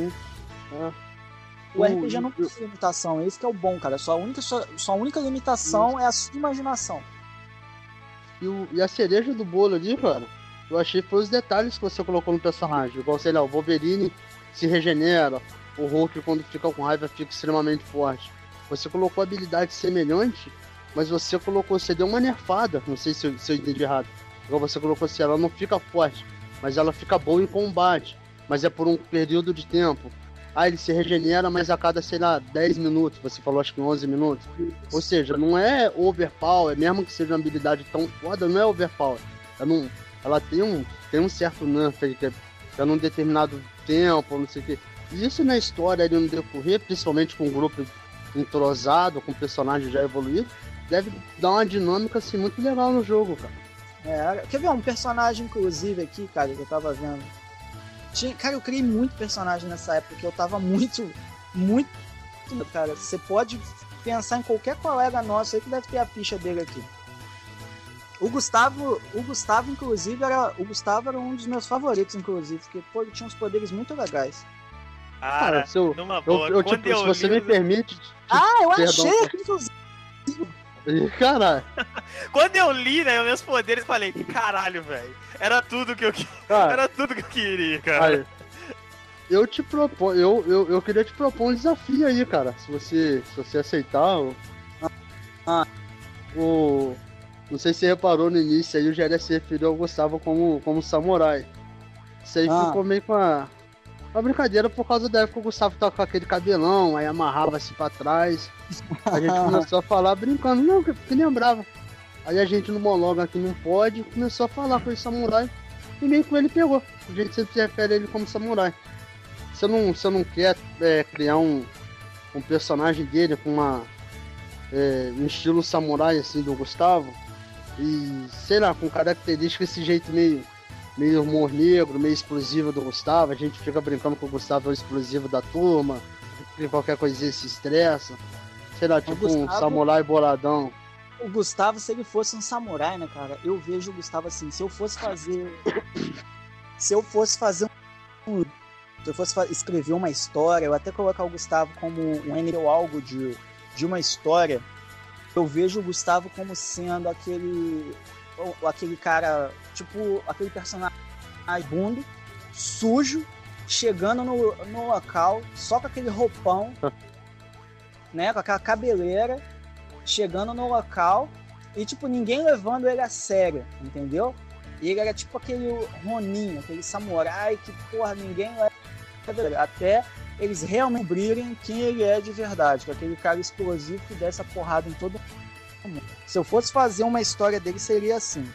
O RPG não tem limitação, esse que é o bom, cara. Sua única limitação é a sua imaginação. E a cereja do bolo ali, cara, eu achei foi os detalhes que você colocou no personagem. Igual, sei lá, o Wolverine se regenera, o Hulk, quando fica com raiva, fica extremamente forte. Você colocou habilidade semelhante, mas você deu uma nerfada. Não sei se eu entendi errado. Igual você colocou assim, ela não fica forte, mas ela fica boa em combate. Mas é por um período de tempo. Ele se regenera, mas a cada, sei lá, 10 minutos. Você falou, acho que 11 minutos. Ou seja, não é overpower, mesmo que seja uma habilidade tão foda, não é overpower. Ela tem um certo nerf aí, que é num determinado tempo, não sei o quê. E isso na história, ali no decorrer, principalmente com um grupo entrosado, com personagem já evoluído, deve dar uma dinâmica, assim, muito legal no jogo, cara. Quer ver um personagem, inclusive, aqui, cara, que eu tava vendo? Cara, eu criei muito personagem nessa época, que eu tava muito, cara. Você pode pensar em qualquer colega nosso aí que deve ter a ficha dele aqui. O Gustavo, inclusive, era um dos meus favoritos, inclusive, porque ele tinha uns poderes muito legais. Cara, numa boa. Se você me permite... eu achei aqui, inclusive. Caralho. Quando eu li, né, meus poderes, falei, caralho, velho. Era tudo que eu queria, cara. Eu te proponho, eu queria te propor um desafio aí, cara. Se você aceitar, não sei se você reparou no início aí, o Jerez se referiu ao Gustavo como samurai. Isso aí ficou meio com uma brincadeira por causa da época que o Gustavo tava com aquele cabelão, aí amarrava assim pra trás. A gente começou a falar brincando, não, que lembrava. Aí a gente no monólogo aqui não pode, começou a falar com esse samurai e meio com ele pegou. A gente sempre se refere a ele como samurai. Você não quer criar um personagem dele com um estilo samurai assim do Gustavo? E, sei lá, com características, esse jeito meio humor negro, meio explosivo do Gustavo. A gente fica brincando com o Gustavo é o explosivo da turma, que qualquer coisinha se estressa. Sei lá, tipo Gustavo, um samurai boladão. O Gustavo, se ele fosse um samurai, né, cara? Eu vejo o Gustavo assim, se eu fosse escrever uma história, eu até colocar o Gustavo como um N ou algo de uma história, eu vejo o Gustavo como sendo aquele cara, tipo, aquele personagem bundo, sujo, chegando no local, só com aquele roupão, né, com aquela cabeleira, chegando no local e, tipo, ninguém levando ele a sério, entendeu? E ele era tipo aquele Ronin, aquele samurai que, porra, ninguém leva até eles realmente brilhem quem ele é de verdade, que é aquele cara explosivo que desce a porrada em todo mundo. Se eu fosse fazer uma história dele, seria assim.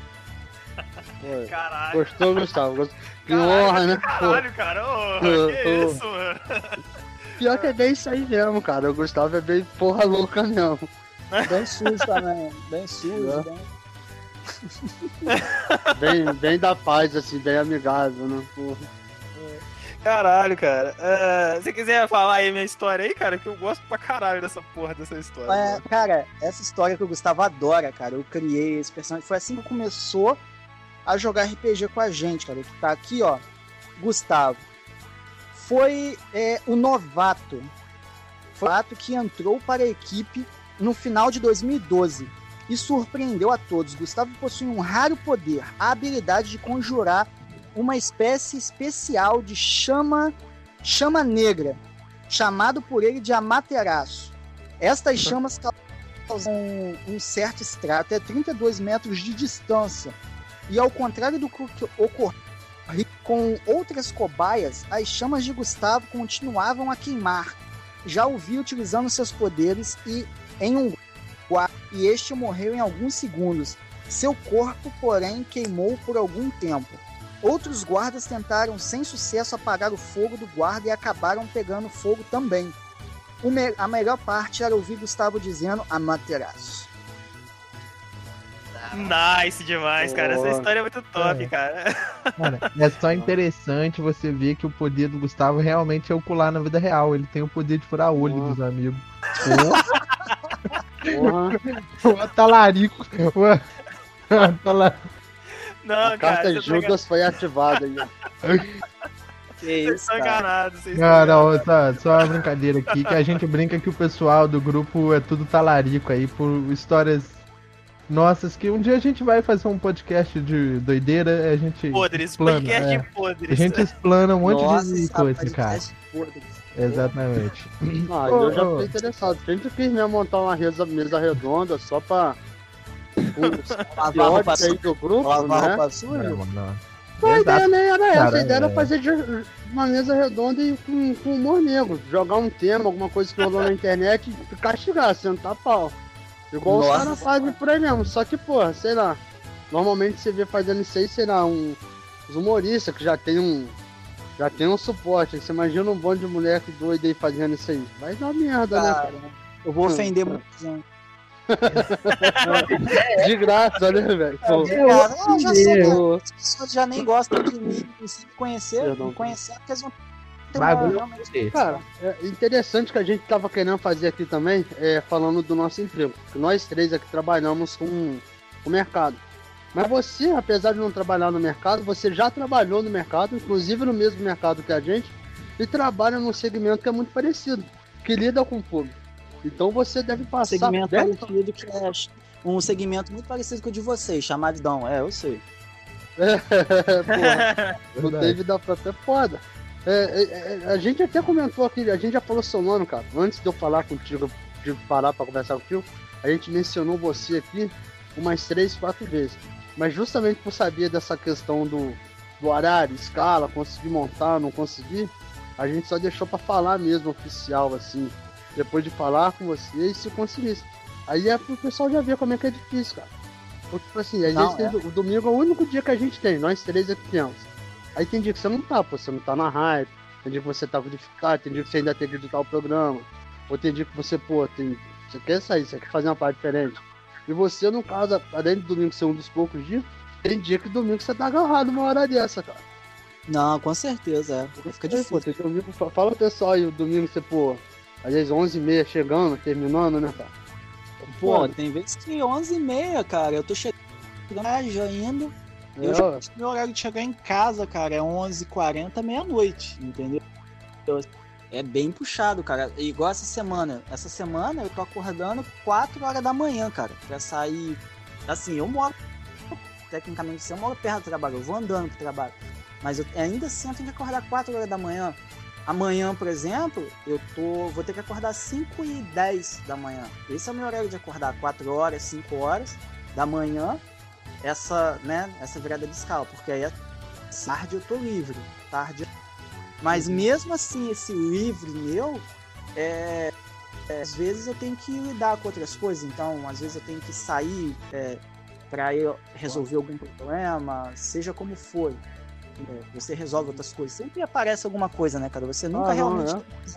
Caralho. Gostou, Gustavo? Que Caralho, honra, né? Caralho, cara. Ô, que isso, mano? Pior que é bem isso aí mesmo, cara. O Gustavo é bem porra louca mesmo. Bem sujo também, bem sujo, Bem da paz, assim, bem amigável, né? Porra. Caralho, cara. Se você quiser falar aí minha história aí, cara, que eu gosto pra caralho dessa porra dessa história. Cara, essa história que o Gustavo adora, cara, eu criei esse personagem, foi assim que começou a jogar RPG com a gente, cara, que tá aqui, ó, Gustavo. Foi o novato que entrou para a equipe no final de 2012 e surpreendeu a todos. Gustavo possui um raro poder, a habilidade de conjurar uma espécie especial de chama negra, chamado por ele de Amaterasu. Estas chamas causam um certo estrago, até 32 metros de distância, e ao contrário do que ocorre com outras cobaias, as chamas de Gustavo continuavam a queimar. Já o vi utilizando seus poderes e este morreu em alguns segundos. Seu corpo, porém, queimou por algum tempo. Outros guardas tentaram sem sucesso apagar o fogo do guarda e acabaram pegando fogo também. A melhor parte era ouvir Gustavo dizendo Amaterasu. Nice demais, cara. Essa história é muito top, cara. Cara, é só interessante você ver que o poder do Gustavo realmente é ocular na vida real. Ele tem o poder de furar olho dos amigos. O talarico. Não, a carta de Judas foi ativada aí. Vocês estão enganados. Não, tá, só uma brincadeira aqui, que a gente brinca que o pessoal do grupo é tudo talarico aí, por histórias nossas, que um dia a gente vai fazer um podcast de doideira, a gente podres, explana, podcast de podres. A gente explana um monte de coisa, cara. Podres. Exatamente. Eu já tô interessado. Sempre quis mesmo montar uma mesa redonda só pra lavar aí do grupo, lavar né? roupa suja. A ideia nem era essa, Cara, a ideia era fazer uma mesa redonda e com humor negro. Jogar um tema, alguma coisa que rolou na internet e castigar, sentar pau. Igual os caras fazem por aí mesmo. Só que, porra, sei lá. Normalmente você vê fazendo isso aí, sei lá, os humoristas que já tem um suporte. Você imagina um bando de moleque doido aí fazendo isso aí. Vai dar merda, né, cara? Eu vou ofender muito, gente. De graça, né, velho? Eu já sei, as pessoas já nem gostam de mim, se conhecer, porque eles vão ter uma... Cara, é interessante que a gente tava querendo fazer aqui também, falando do nosso emprego. Que nós três aqui trabalhamos com o mercado. Mas você, apesar de não trabalhar no mercado, você já trabalhou no mercado, inclusive no mesmo mercado que a gente, e trabalha num segmento que é muito parecido, que lida com o público. Então você deve passar... Um segmento muito parecido com o de vocês, chamado Dom. Eu sei. O David da própria é foda. A gente até comentou aqui, a gente já falou seu nome, cara. Antes de eu falar contigo, de parar pra conversar contigo, a gente mencionou você aqui umas 3, 4 vezes. Mas justamente por saber dessa questão do horário, escala, conseguir montar, não conseguir, a gente só deixou pra falar mesmo, oficial, assim. Depois de falar com você e se conseguisse. Aí o pessoal já vê como é que é difícil, cara. Porque, tipo assim, às vezes o domingo é o único dia que a gente tem, nós três aqui temos. Aí tem dia que você não tá, pô, você não tá na hype, tem dia que você tá com dificuldade, tem dia que você ainda tem que editar o programa, ou tem dia que você, pô, você quer sair, você quer fazer uma parte diferente. E você, no caso, além do domingo ser um dos poucos dias, tem dia que domingo você tá agarrado uma hora dessa, cara. Não, com certeza, fica de foda. Domingo, fala o pessoal aí, o domingo você, pô, às vezes 11h30 chegando, terminando, né, cara? Pô, tem vezes que 11h30, cara, eu tô chegando já indo. Meu horário de chegar em casa, cara, é 11h40, meia-noite, entendeu? É bem puxado, cara. Igual essa semana. Essa semana eu tô acordando 4 horas da manhã, cara, pra sair. Assim, eu moro, tecnicamente, eu moro perto do trabalho, eu vou andando pro trabalho. Mas eu ainda assim eu tenho que acordar 4 horas da manhã. Amanhã, por exemplo, vou ter que acordar 5h10 da manhã. Esse é o meu horário de acordar, 4 horas, 5 horas da manhã, essa virada de escala, porque aí tarde eu tô livre, mas mesmo assim, esse livre meu, às vezes eu tenho que lidar com outras coisas, então às vezes eu tenho que sair para eu resolver algum problema, seja como for. Você resolve outras coisas. Sempre aparece alguma coisa, né, cara? Você nunca realmente...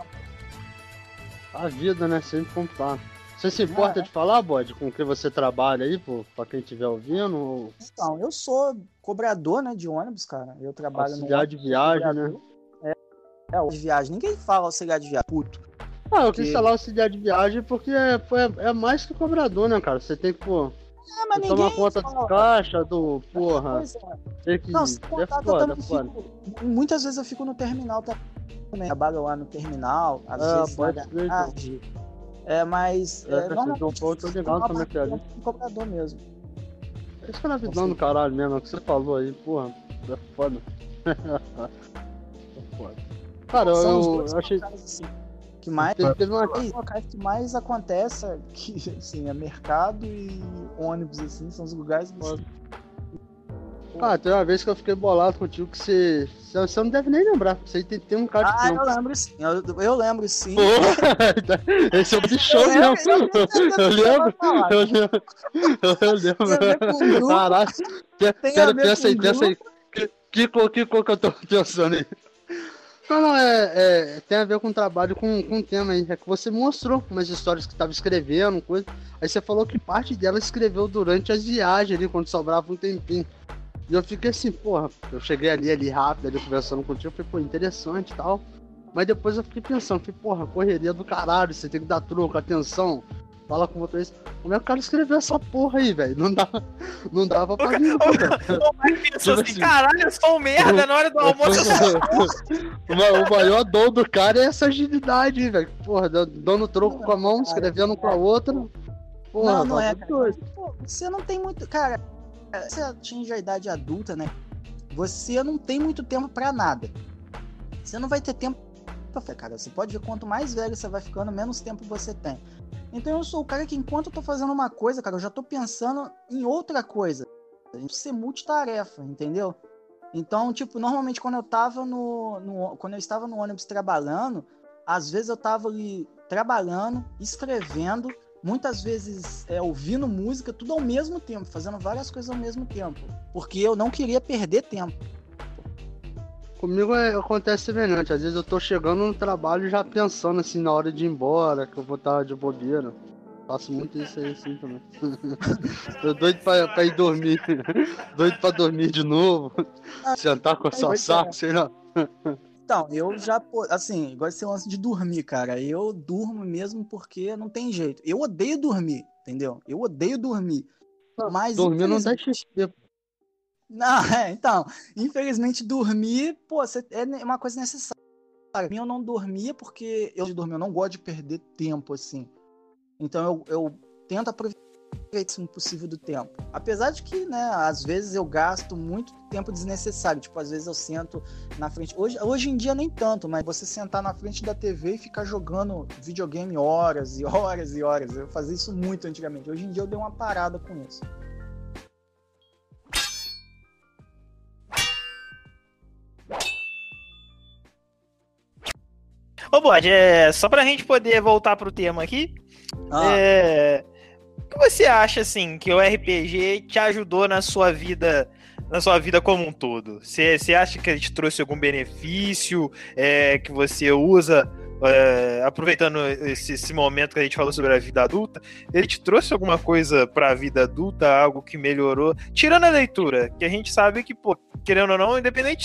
A vida, né? Sempre complicado. Você se importa de falar, Bode, com o que você trabalha aí, pô, pra quem estiver ouvindo? Ou... Então, eu sou cobrador, né, de ônibus, cara. Eu trabalho auxiliar de viagem, né? De viagem. Ninguém fala auxiliar de viagem, puto. Eu quis falar auxiliar de viagem porque é mais que cobrador, né, cara? Você tem que, pô... mas tomar conta do caixa, do porra. Não, se contar, muitas vezes eu fico no terminal também. Trabalho lá no terminal, às vezes na garagem. Mas normalmente eu tô ligado como é que é ali. Cobrador mesmo. É escravidão do caralho mesmo, é o que você falou aí, porra. É foda. É foda. Cara, eu achei... Assim, que mais locais que mais acontece que assim, é mercado e ônibus, assim, são os lugares que... tem uma vez que eu fiquei bolado contigo que você não deve nem lembrar. Você tem um cara de eu lembro sim. Eu lembro sim. Esse é o bichão mesmo. Eu lembro. Caraca. Pensa aí. Que cor que eu tô pensando aí? Não, tem a ver com o trabalho, com o tema aí. É que você mostrou umas histórias que estava escrevendo, coisa. Aí você falou que parte dela escreveu durante as viagens ali, quando sobrava um tempinho. E eu fiquei assim, porra, eu cheguei ali rápido, ali conversando contigo, falei, pô, interessante e tal. Mas depois eu fiquei pensando, porra, correria do caralho, você tem que dar troco, atenção. Fala com o motorista. Como é que o cara escreveu essa porra aí, velho? Não dava pra mim. O Mike pensou assim, caralho, eu sou um merda na hora do almoço. O maior dom do cara é essa agilidade, velho. Porra, dando troco com a mão, escrevendo com a outra. Porra, não é, cara. Pô, você não tem muito... Cara, você atinge a idade adulta, né? Você não tem muito tempo pra nada. Você não vai ter tempo pra... Cara, você pode ver, quanto mais velho você vai ficando, menos tempo você tem. Então eu sou o cara que, enquanto eu tô fazendo uma coisa, cara, eu já tô pensando em outra coisa. Ser multitarefa, entendeu? Então, tipo, normalmente quando eu tava quando eu estava no ônibus trabalhando, às vezes eu tava ali trabalhando, escrevendo, muitas vezes ouvindo música, tudo ao mesmo tempo, fazendo várias coisas ao mesmo tempo. Porque eu não queria perder tempo. Comigo acontece semelhante. Às vezes eu tô chegando no trabalho já pensando assim na hora de ir embora, que eu vou estar de bobeira. Faço muito isso aí assim também. Tô doido pra ir dormir. Doido pra dormir de novo. Sentar com o saco, sei lá. Então, eu já, assim, igual esse lance de dormir, cara. Eu durmo mesmo porque não tem jeito. Eu odeio dormir, entendeu? Eu odeio dormir. Mas dormir não dá XP. Não, então, infelizmente dormir, é uma coisa necessária. Eu não dormia porque eu não gosto de perder tempo, assim. Então eu tento aproveitar o máximo possível do tempo. Apesar de que, né, às vezes eu gasto muito tempo desnecessário. Tipo, às vezes eu sento na frente... Hoje em dia nem tanto, mas você sentar na frente da TV e ficar jogando videogame horas e horas e horas. Eu fazia isso muito antigamente. Hoje em dia eu dei uma parada com isso. Ô, Bode, só pra gente poder voltar pro tema aqui, o que você acha, assim, que o RPG te ajudou na sua vida como um todo? Você acha que ele te trouxe algum benefício que você usa aproveitando esse momento que a gente falou sobre a vida adulta, ele te trouxe alguma coisa pra vida adulta, algo que melhorou? Tirando a leitura, que a gente sabe que, pô, querendo ou não, independente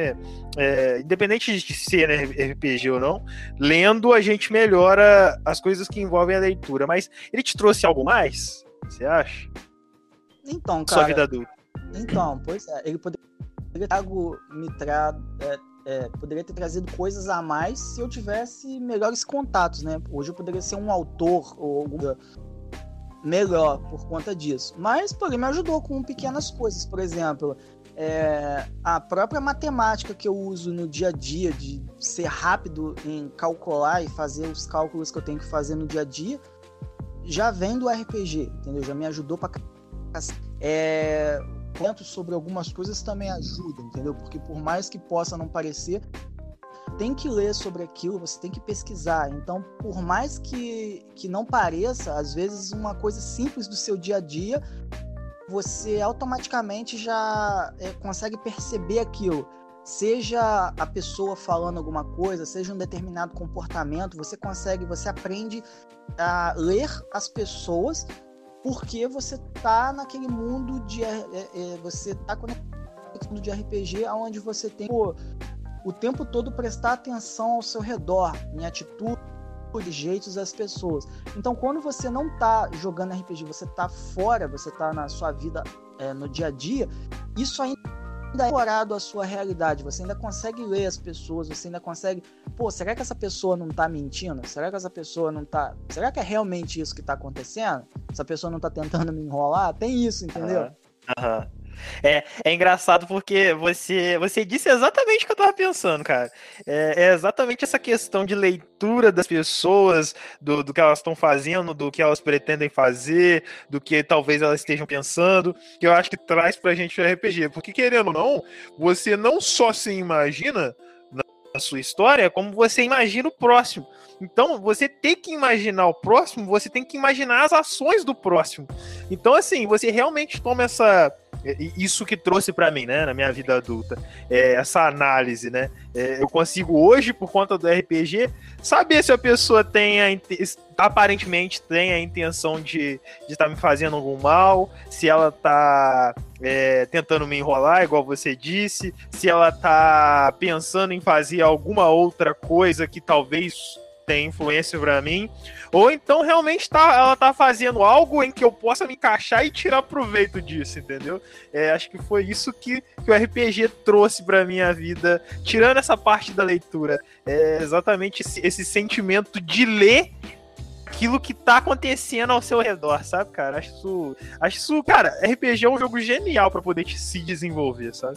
de ser RPG ou não, lendo a gente melhora as coisas que envolvem a leitura. Mas ele te trouxe algo mais? Você acha? Então, cara... Sua vida adulta. Então, pois é, ele poderia poderia ter trazido coisas a mais se eu tivesse melhores contatos, né? Hoje eu poderia ser um autor ou alguma melhor por conta disso. Mas, pô, ele me ajudou com pequenas coisas. Por exemplo, a própria matemática que eu uso no dia a dia, de ser rápido em calcular e fazer os cálculos que eu tenho que fazer no dia a dia, já vem do RPG, entendeu? Já me ajudou pra conhecimento sobre algumas coisas também ajuda, entendeu? Porque por mais que possa não parecer, tem que ler sobre aquilo, você tem que pesquisar. Então, por mais que não pareça, às vezes uma coisa simples do seu dia a dia, você automaticamente já consegue perceber aquilo. Seja a pessoa falando alguma coisa, seja um determinado comportamento, você aprende a ler as pessoas, porque você tá naquele mundo você tá conectado no mundo de RPG, onde você tem o tempo todo prestar atenção ao seu redor, em atitude, jeitos das pessoas. Então, quando você não tá jogando RPG, você tá fora, você tá na sua vida, no dia a dia, isso ainda é incorporado à sua realidade, você ainda consegue ler as pessoas, você ainda consegue, será que essa pessoa não tá mentindo? Será que essa pessoa não tá... Será que é realmente isso que tá acontecendo? Essa pessoa não tá tentando me enrolar? Tem isso, entendeu? É engraçado porque você disse exatamente o que eu tava pensando, cara. É exatamente essa questão de leitura das pessoas, do que elas estão fazendo, do que elas pretendem fazer, do que talvez elas estejam pensando, que eu acho que traz pra gente o RPG. Porque, querendo ou não, você não só se imagina na sua história, como você imagina o próximo. Então, você tem que imaginar o próximo, você tem que imaginar as ações do próximo. Então, assim, você realmente toma isso que trouxe pra mim, né, na minha vida adulta, essa análise, né? Eu consigo hoje, por conta do RPG, saber se a pessoa aparentemente tem a intenção de estar me fazendo algum mal, se ela tá tentando me enrolar, igual você disse, se ela tá pensando em fazer alguma outra coisa que talvez tem influência pra mim, ou então realmente ela tá fazendo algo em que eu possa me encaixar e tirar proveito disso, entendeu? Acho que foi isso que o RPG trouxe pra minha vida, tirando essa parte da leitura, exatamente esse sentimento de ler aquilo que tá acontecendo ao seu redor, sabe, cara? Acho isso, cara, RPG é um jogo genial pra poder se desenvolver, sabe?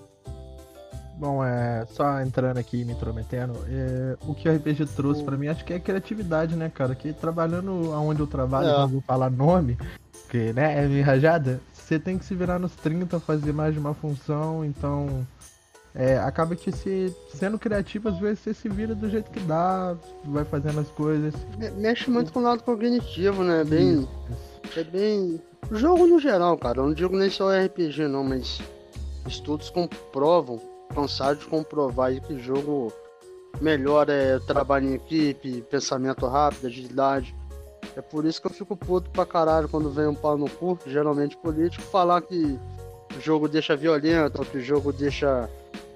Bom, só entrando aqui e me intrometendo, o que o RPG trouxe pra mim, acho que é a criatividade, né, cara? Que trabalhando onde eu trabalho, não vou falar nome, porque, né, é minha rajada, você tem que se virar nos 30, fazer mais de uma função, então acaba que sendo criativo, às vezes você se vira do jeito que dá, vai fazendo as coisas. Mexe muito com o lado cognitivo, né? É bem... O jogo no geral, cara, eu não digo nem só RPG não, mas estudos comprovam, cansado de comprovar aí que o jogo melhora o trabalho em equipe, pensamento rápido, agilidade. É por isso que eu fico puto pra caralho quando vem um pau no cu, geralmente político, falar que o jogo deixa violento, ou que o jogo deixa...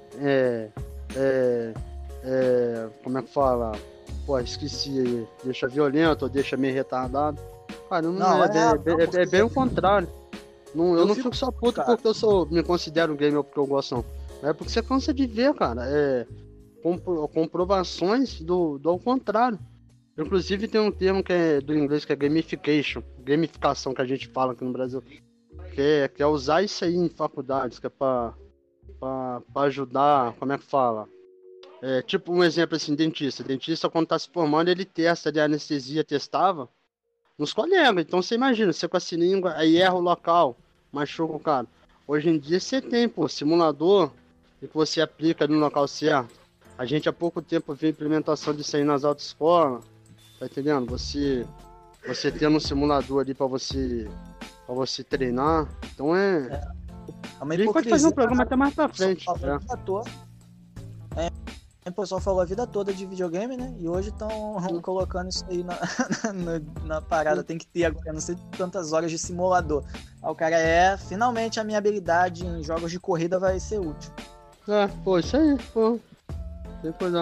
como é que fala? Esqueci aí. Deixa violento ou deixa meio retardado. Cara, é bem o contrário. Eu não fico só puto porque eu me considero um gamer porque eu gosto, não. É porque você cansa de ver, cara. Comprovações do ao contrário. Inclusive tem um termo que é do inglês que é gamification. Gamificação que a gente fala aqui no Brasil. Que é usar isso aí em faculdades, que é pra ajudar, como é que fala? Tipo um exemplo assim, dentista. Dentista quando tá se formando, ele testa de anestesia, testava nos colegas. Então você imagina, você com a seringa, aí erra o local, machuca o cara. Hoje em dia você tem, simulador, e que você aplica no local certo. A gente há pouco tempo viu a implementação disso aí nas autoescolas, tá entendendo? Você tendo um simulador ali pra você treinar, então uma a gente pode fazer um programa até mais pra frente. É O pessoal falou a vida toda de videogame, né? E hoje estão colocando isso aí na parada. Tem que ter agora, não sei tantas horas de simulador. Aí o cara finalmente a minha habilidade em jogos de corrida vai ser útil. Isso aí, pô. Tem coisa.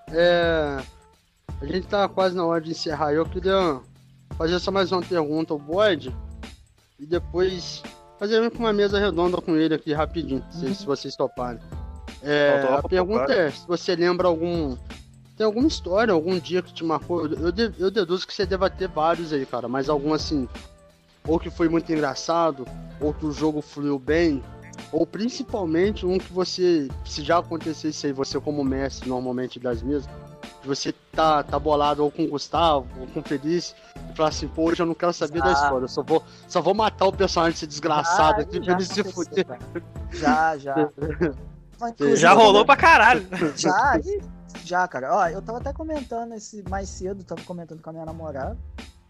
A gente tá quase na hora de encerrar. Eu queria fazer só mais uma pergunta ao Bode e depois fazer uma mesa redonda com ele aqui rapidinho, se vocês toparem. A pergunta é se você lembra tem alguma história, algum dia que te marcou. Eu deduzo que você deva ter vários aí, cara, mas algum assim, ou que foi muito engraçado, ou que o jogo fluiu bem, ou principalmente um que você, se já acontecesse aí, você como mestre normalmente das mesas, que você tá bolado ou com o Gustavo, ou com o Feliz, e fala assim, pô, hoje eu não quero saber da história, eu só vou matar o personagem desse desgraçado aqui pra ele se fuder. Já rolou pra caralho. Já, cara. Ó, eu tava até comentando mais cedo, tava comentando com a minha namorada.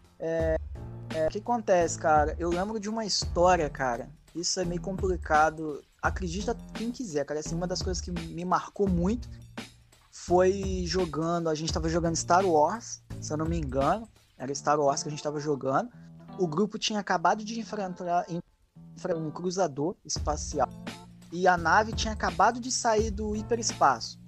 O que acontece, cara? Eu lembro de uma história, cara. Isso é meio complicado. Acredita quem quiser, cara. Assim, uma das coisas que me marcou muito foi a gente tava jogando Star Wars, se eu não me engano. Era Star Wars que a gente tava jogando. O grupo tinha acabado de enfrentar um cruzador espacial. E a nave tinha acabado de sair do hiperespaço.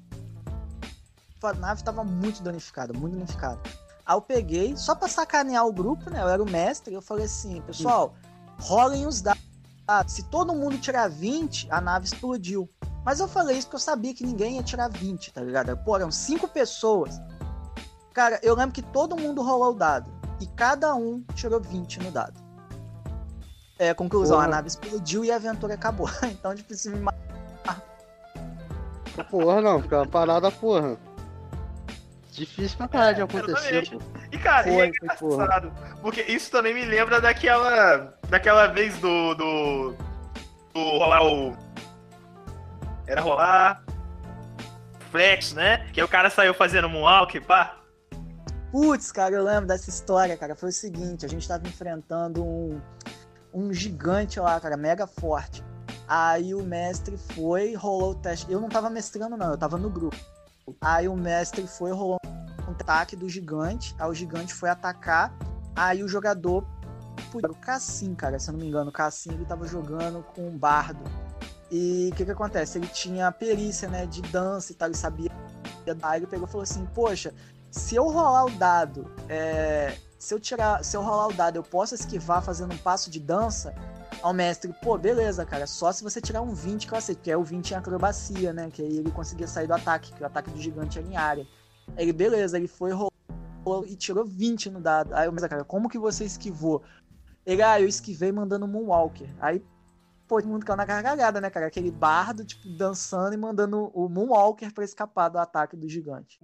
A nave estava muito danificada. Aí eu peguei, só pra sacanear o grupo, né? Eu era o mestre, eu falei assim, pessoal, rolem os dados. Se todo mundo tirar 20, a nave explodiu. Mas eu falei isso porque eu sabia que ninguém ia tirar 20, tá ligado? Pô, eram 5 pessoas. Cara, eu lembro que todo mundo rolou o dado. E cada um tirou 20 no dado. Conclusão, porra. A nave explodiu e a aventura acabou. Então, difícil me matar. Porra, não, fica uma parada, porra. Difícil pra caralho de acontecer, pô. E, cara, é engraçado, porque isso também me lembra daquela vez do rolar o... Era rolar... Flex, né? Que aí o cara saiu fazendo moonwalk, pá. Putz, cara, eu lembro dessa história, cara. Foi o seguinte, a gente tava enfrentando um gigante lá, cara, mega forte. Aí o mestre rolou o teste. Eu não tava mestrando, não, eu tava no grupo. Aí o mestre rolou um ataque do gigante. Aí o gigante foi atacar. Aí o jogador, o Cassim, cara, se eu não me engano, o Cassim, ele tava jogando com um bardo. E o que acontece? Ele tinha perícia, né, de dança e tal, ele sabia. Aí ele pegou e falou assim, poxa, se eu rolar o dado, se eu rolar o dado, eu posso esquivar fazendo um passo de dança? Ao mestre, pô, beleza, cara, só se você tirar um 20 que eu aceito, porque é o 20 em acrobacia, né, que aí ele conseguia sair do ataque, que o ataque do gigante era em área. Ele, beleza, ele foi, rolou e tirou 20 no dado. Aí eu, mas, cara, como que você esquivou? Ele, eu esquivei mandando Moonwalker. Aí, pô, todo mundo caiu na gargalhada, né, cara, aquele bardo, tipo, dançando e mandando o Moonwalker pra escapar do ataque do gigante.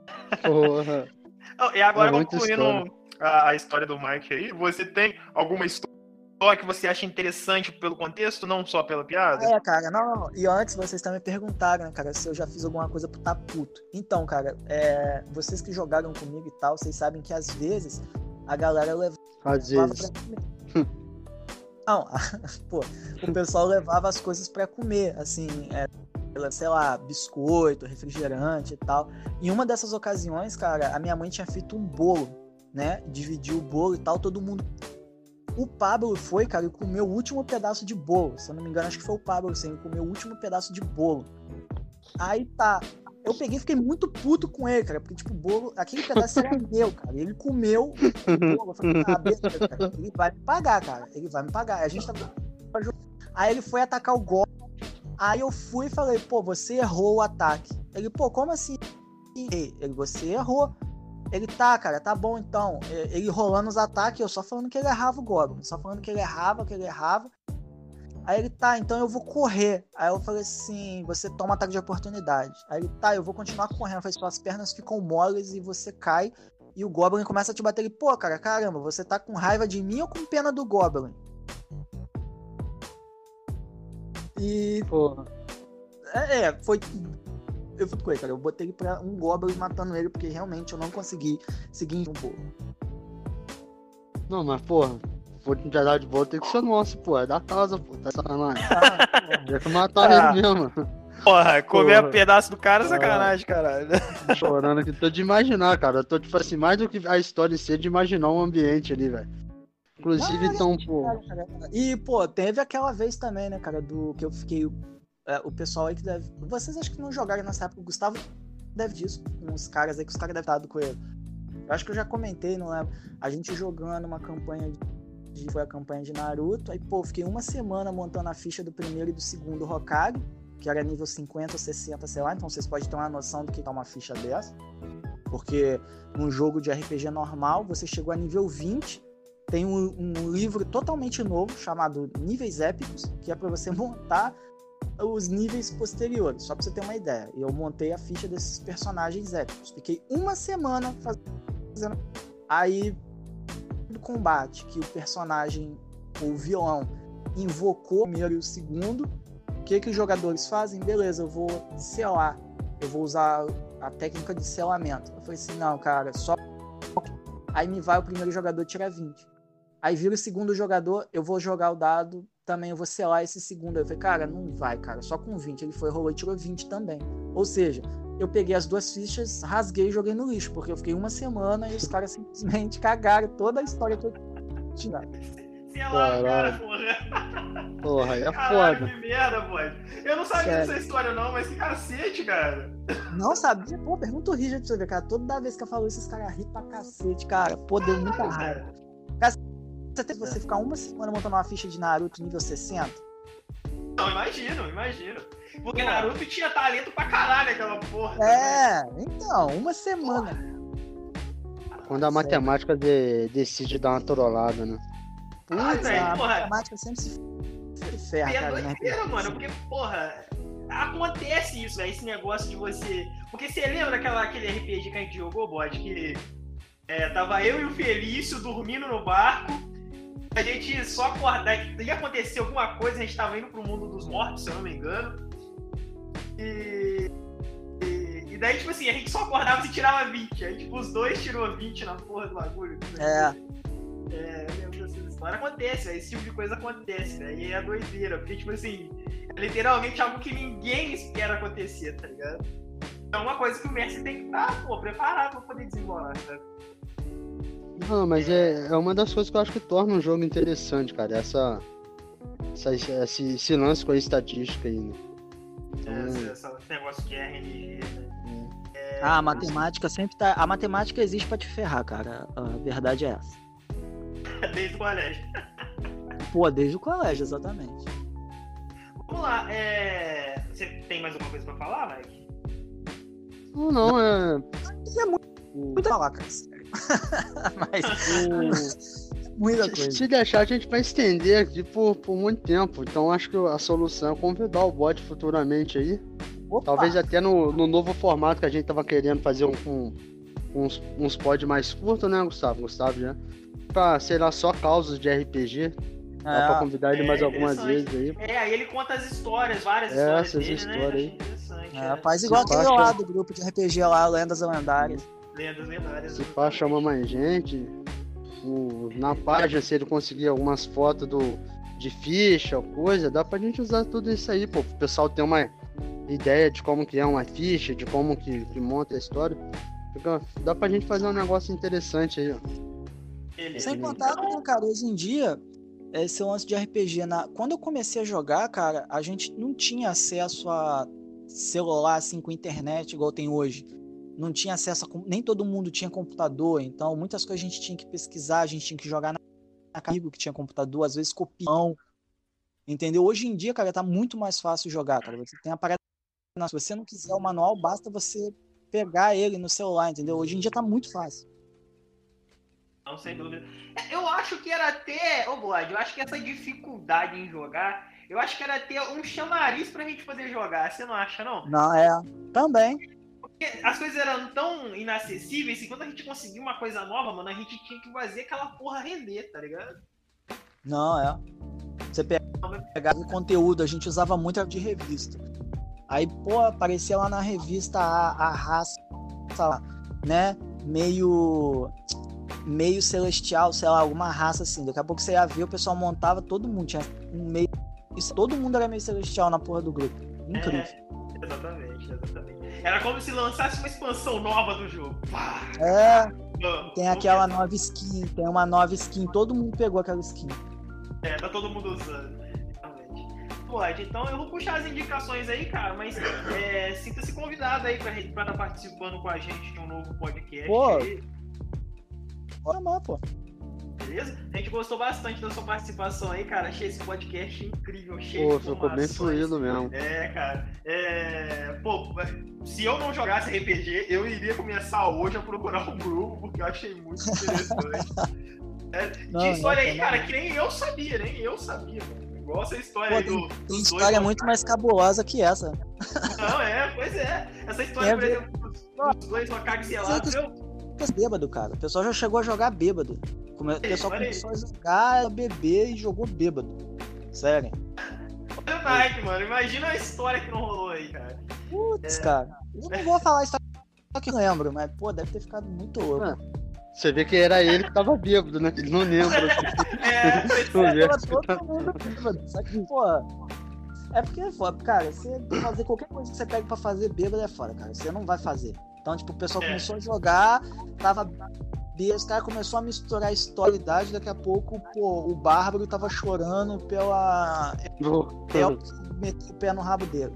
Porra. E agora, concluindo a história do Mike aí, você tem alguma história que você acha interessante pelo contexto, não só pela piada? Cara, não. E antes vocês também perguntaram, né, cara, se eu já fiz alguma coisa pro tá puto. Então, cara, vocês que jogaram comigo e tal, vocês sabem que às vezes a galera levava às vezes. pra comer. Não, pô, o pessoal levava as coisas pra comer, assim, sei lá, biscoito, refrigerante e tal. Em uma dessas ocasiões, cara, a minha mãe tinha feito um bolo, né? Dividiu o bolo e tal, todo mundo. O Pablo foi, cara, e comeu o último pedaço de bolo. Se eu não me engano, acho que foi o Pablo, assim, ele comeu o último pedaço de bolo. Aí tá. Eu peguei e fiquei muito puto com ele, cara, porque, tipo, o bolo, aquele pedaço era meu, cara. Ele comeu o bolo. Eu falei, beleza, cara, ele vai me pagar, cara. Ele vai me pagar. A gente tava. Aí ele foi atacar o Goblin. Aí eu fui e falei, pô, você errou o ataque. Ele, pô, como assim? Ele, você errou. Ele, tá, cara, tá bom então. Ele rolando os ataques, eu só falando que ele errava o Goblin. Só falando que ele errava. Aí ele, tá, então eu vou correr. Aí eu falei assim, você toma ataque de oportunidade. Aí ele, tá, eu vou continuar correndo. Eu falei, suas pernas ficam moles e você cai. E o Goblin começa a te bater. Ele, pô, cara, caramba, você tá com raiva de mim ou com pena do Goblin? E... Pô... foi... Eu fui com ele, cara. Eu botei ele pra um Goblin matando ele, porque realmente eu não consegui seguir um pouco. Não, mas, porra, vou te dar de volta, tem que ser nosso, pô. É da casa, pô. Tá sacanagem. Tem que matar ele mesmo. Porra, comer Porra. pedaço do cara é sacanagem, caralho. Chorando aqui, tô de imaginar, cara. Eu tô, tipo assim, mais do que a história em si, de imaginar um ambiente ali, velho. Inclusive, então, pô. E, pô, teve aquela vez também, né, cara, do que eu fiquei. O pessoal aí que deve. Vocês acho que não jogaram nessa época, o Gustavo deve disso, com os caras aí que os caras devem estar com ele. Eu acho que eu já comentei, não lembro. A gente jogando uma campanha foi a campanha de Naruto, aí, pô, fiquei uma semana montando a ficha do primeiro e do segundo Hokage, que era nível 50 ou 60, sei lá, então vocês podem ter uma noção do que é uma ficha dessa. Porque num jogo de RPG normal, você chegou a nível 20. Tem um livro totalmente novo chamado Níveis Épicos, que é para você montar os níveis posteriores, só para você ter uma ideia. Eu montei a ficha desses personagens épicos. Fiquei uma semana fazendo. Aí, do combate, que o personagem, o vilão, invocou o primeiro e o segundo, o que os jogadores fazem? Beleza, eu vou selar. Eu vou usar a técnica de selamento. Eu falei assim, não, cara, só... Aí me vai o primeiro jogador tirar 20. Aí vira o segundo jogador, eu vou jogar o dado, também eu vou selar esse segundo. Eu falei, cara, não vai, cara, só com 20. Ele foi, rolou e tirou 20 também. Ou seja, eu peguei as duas fichas, rasguei e joguei no lixo, porque eu fiquei uma semana e os caras simplesmente cagaram toda a história que eu tinha. Selar o cara, porra. Porra, é Caralho, foda. que merda, pô. Eu não sabia Sério. dessa história não, mas que cacete, cara. Não sabia? Pô, pergunta o Richard pra você ver, cara. Toda vez que eu falo isso, os caras riem pra cacete, cara. Pô, deu muita raiva. Você ficar uma semana montando uma ficha de Naruto nível 60? Não, imagino. Porque Naruto tinha talento pra caralho aquela porra. Então, uma semana. Quando a matemática decide dar uma trolada, né? Putz, velho, a porra. matemática sempre se ferra, É cara. doideira, mano, porque, porra, acontece isso, velho, esse negócio de você... Porque você lembra aquele RPG que a gente jogou, Bode, que tava eu e o Felício dormindo no barco, a gente só acordar, ia acontecer alguma coisa, a gente tava indo pro mundo dos mortos, se eu não me engano, e daí, tipo assim, a gente só acordava e tirava 20, aí, tipo, os dois tirou 20 na porra do bagulho. Eu lembro dessa história. Acontece, esse tipo de coisa acontece, né? E é doideira, porque, tipo assim, é literalmente algo que ninguém espera acontecer, tá ligado? É uma coisa que o Messi tem que estar, preparado pra poder desenrolar, sabe? Não, mas é uma das coisas que eu acho que torna um jogo interessante, cara. Esse lance com a estatística aí, né? Esse negócio de RNG, né? A matemática sempre tá. A matemática existe pra te ferrar, cara. A verdade é essa. Desde o colégio. Pô, desde o colégio, exatamente. Vamos lá, você tem mais alguma coisa pra falar, Mike? Não, É muito falar, cara. Mas. Muita coisa. Se deixar, a gente vai estender aqui por muito tempo. Então acho que a solução é convidar o bot futuramente aí. Opa. Talvez até no novo formato que a gente tava querendo fazer uns pod mais curtos, né, Gustavo? Gustavo já. Pra, sei lá, só causas de RPG. Dá pra convidar ele mais algumas vezes aí. Aí ele conta as histórias, várias histórias essas dele, histórias né? aí. Interessante. Faz igual aquele lá do grupo de RPG lá, Lendas Lendárias. Lendas lendárias. Se pá, chama mais gente. Na página, se ele conseguir algumas fotos de ficha ou coisa, dá pra gente usar tudo isso aí, pô. O pessoal ter uma ideia de como que é uma ficha, de como que monta a história. Dá pra gente fazer um negócio interessante aí, ó. Sem contar, cara, hoje em dia, esse lance de RPG, quando eu comecei a jogar, cara, a gente não tinha acesso a celular, assim, com internet, igual tem hoje. Não tinha acesso nem todo mundo tinha computador, então muitas coisas a gente tinha que pesquisar, a gente tinha que jogar na amigo que tinha computador, às vezes copião, entendeu? Hoje em dia, cara, tá muito mais fácil jogar, cara. Você tem a parada, se você não quiser o manual, basta você pegar ele no celular, entendeu? Hoje em dia tá muito fácil. Não, sem dúvida. Eu acho que era até, Vlad, eu acho que essa dificuldade em jogar, eu acho que era ter um chamariz pra gente poder jogar, você não acha, não? Não, também. Porque as coisas eram tão inacessíveis e quando a gente conseguia uma coisa nova, mano, a gente tinha que fazer aquela porra render, tá ligado? Não, Você pegava o conteúdo, a gente usava muito de revista. Aí, pô, aparecia lá na revista a raça, lá, né? Meio celestial, sei lá, alguma raça assim. Daqui a pouco você ia ver, o pessoal montava, todo mundo tinha um meio. Todo mundo era meio celestial na porra do grupo. Incrível. Exatamente. Era como se lançasse uma expansão nova do jogo. Pá! Tem aquela nova skin, tem uma nova skin, todo mundo pegou aquela skin. Tá todo mundo usando. Pode, então eu vou puxar as indicações aí, cara, mas sinta-se convidado aí pra estar participando com a gente de um novo podcast. Pô, aí. Bora lá, pô. Beleza? A gente gostou bastante da sua participação aí, cara. Achei esse podcast incrível, cheio de informações. Ficou bem fluido mesmo. Cara. Se eu não jogasse RPG, eu iria começar hoje a procurar um grupo, porque eu achei muito interessante. Tinha história aí, cara, que nem eu sabia, mano. Igual essa história aí do. Tem história muito mais cabulosa que essa. Não, pois é. Essa história, por exemplo, dos dois Hokage selados, bêbado, cara. O pessoal já chegou a jogar bêbado. O pessoal começou a jogar, a beber e jogou bêbado. Sério. Olha o naipe, mano. Imagina a história que não rolou aí, cara. Putz, cara. Eu não vou falar a história que eu lembro, mas, pô, deve ter ficado muito louco. Você vê que era ele que tava bêbado, né? Ele não lembra. Todo mundo bêbado. Só que, pô, é porque é foda, cara. Você fazer qualquer coisa que você pega pra fazer bêbado é foda, cara. Você não vai fazer. Então, tipo, o pessoal começou a jogar, tava bêbado, os caras começaram a misturar a história e idade, daqui a pouco, pô, o Bárbaro tava chorando pela... meteu o pé no rabo dele.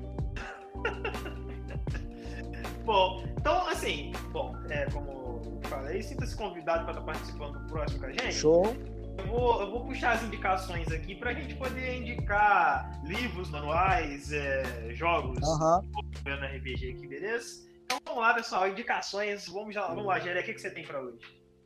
Bom, então, assim, como falei, sinta-se convidado para estar participando do próximo com a gente. Show. Eu vou puxar as indicações aqui pra gente poder indicar livros, manuais, jogos no RPG aqui, beleza? Então vamos lá, pessoal, indicações. Vamos lá, Géria, o que você tem pra hoje?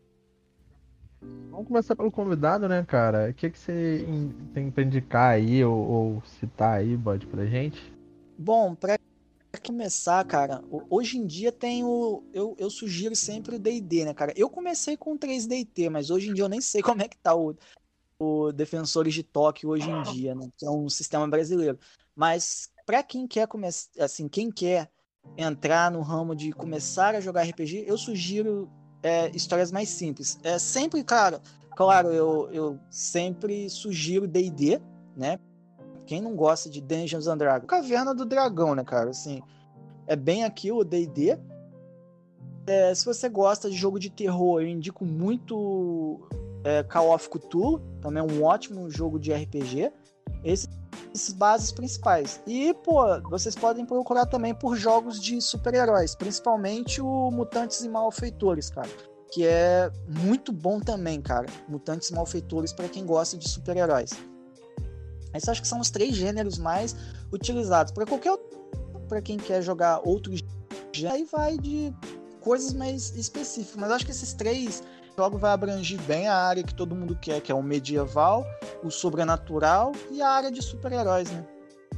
Vamos começar pelo convidado, né, cara? O que você tem pra indicar aí ou citar aí, Bode, pra gente? Bom, pra começar, cara, hoje em dia tem eu sugiro sempre o D&D, né, cara? Eu comecei com 3DT, mas hoje em dia eu nem sei como é que tá o Defensores de Tóquio hoje em dia, né? Que é um sistema brasileiro. Mas pra quem quer começar, assim, quem quer entrar no ramo de começar a jogar RPG, eu sugiro histórias mais simples. Sempre, claro, eu sempre sugiro D&D, né? Quem não gosta de Dungeons and Dragons? Caverna do Dragão, né, cara? Assim, é bem aqui o D&D. Se você gosta de jogo de terror, eu indico muito Call of Cthulhu, também é um ótimo jogo de RPG. Esses bases principais. E, pô, vocês podem procurar também por jogos de super-heróis, principalmente o Mutantes e Malfeitores, cara, que é muito bom também, cara. Mutantes e Malfeitores para quem gosta de super-heróis. Esses acho que são os 3 gêneros mais utilizados. Para quem quer jogar outros gêneros, aí vai de coisas mais específicas. Mas acho que esses 3 jogos vai abranger bem a área que todo mundo quer, que é o medieval, o sobrenatural e a área de super-heróis, né?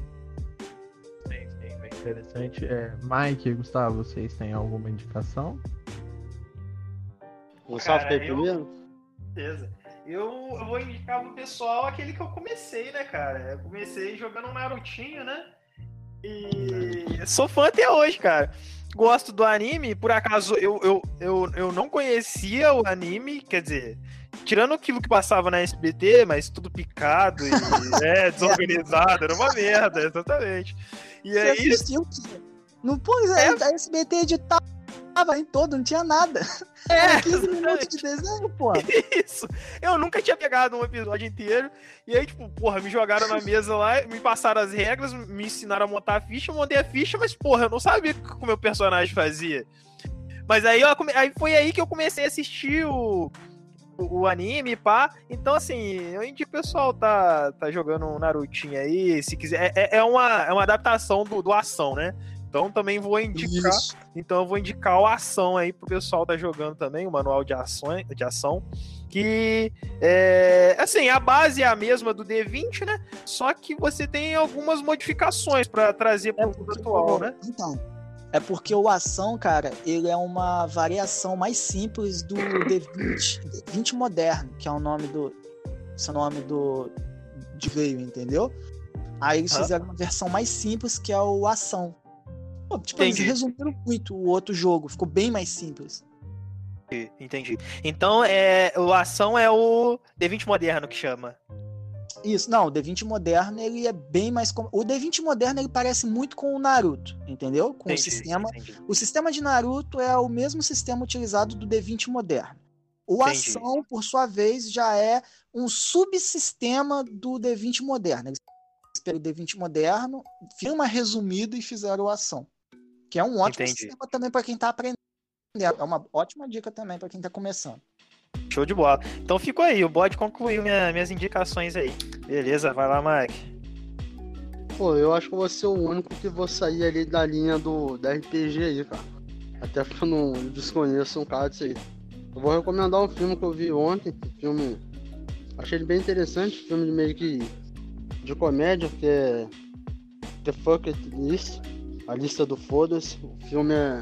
Sim, bem interessante. Mike e Gustavo, vocês têm alguma indicação? Gustavo, quer ir primeiro? Beleza. Eu vou indicar pro pessoal aquele que eu comecei, né, cara? Eu comecei jogando um Narutinho, né? E sou fã até hoje, cara. Gosto do anime, por acaso eu não conhecia o anime, quer dizer, tirando aquilo que passava na SBT, mas tudo picado e desorganizado, era uma merda, exatamente. E você aí... assistiu o quê? Não, pô, a SBT editava em todo, não tinha nada. 15 minutos de desenho, pô. Isso. Eu nunca tinha pegado um episódio inteiro. E aí, tipo, porra, me jogaram na mesa lá, me passaram as regras, me ensinaram a montar a ficha, eu montei a ficha, mas, porra, eu não sabia o que o meu personagem fazia. Mas aí, aí foi aí que eu comecei a assistir o anime, pá. Então, assim, eu indico o pessoal tá jogando um Narutinho aí, se quiser. É uma adaptação do Ação, né? Então também vou indicar. Isso. Então eu vou indicar o Ação aí pro pessoal tá jogando também, o manual de ação. Que assim, a base é a mesma do D20, né? Só que você tem algumas modificações para trazer pro mundo atual, né? Então, é porque o Ação, cara, ele é uma variação mais simples do D20 moderno, que é o nome de veio, entendeu? Aí eles fizeram uma versão mais simples, que é o Ação. Pô, tipo, eles resumiram muito o outro jogo, ficou bem mais simples. Entendi. Então, o Ação é o D20 moderno que chama. Isso, não, o D20 moderno, ele é bem mais... O D20 moderno, ele parece muito com o Naruto, entendeu? Com o sistema... O sistema de Naruto é o mesmo sistema utilizado do D20 moderno. O Ação, por sua vez, já é um subsistema do D20 moderno. Eles pegaram o D20 moderno, fizeram uma resumida e fizeram o Ação. Que é um ótimo sistema também para quem está aprendendo. É uma ótima dica também para quem está começando. Show de bola. Então ficou aí, o bode concluiu minhas indicações aí. Beleza, vai lá, Mike. Pô, eu acho que eu vou ser o único que vou sair ali da linha da RPG aí, cara. Até porque eu não desconheço um cara disso aí. Eu vou recomendar um filme que eu vi ontem, filme... Achei ele bem interessante, filme meio que de comédia, que é The Fucked List, a lista do foda-se. O filme é...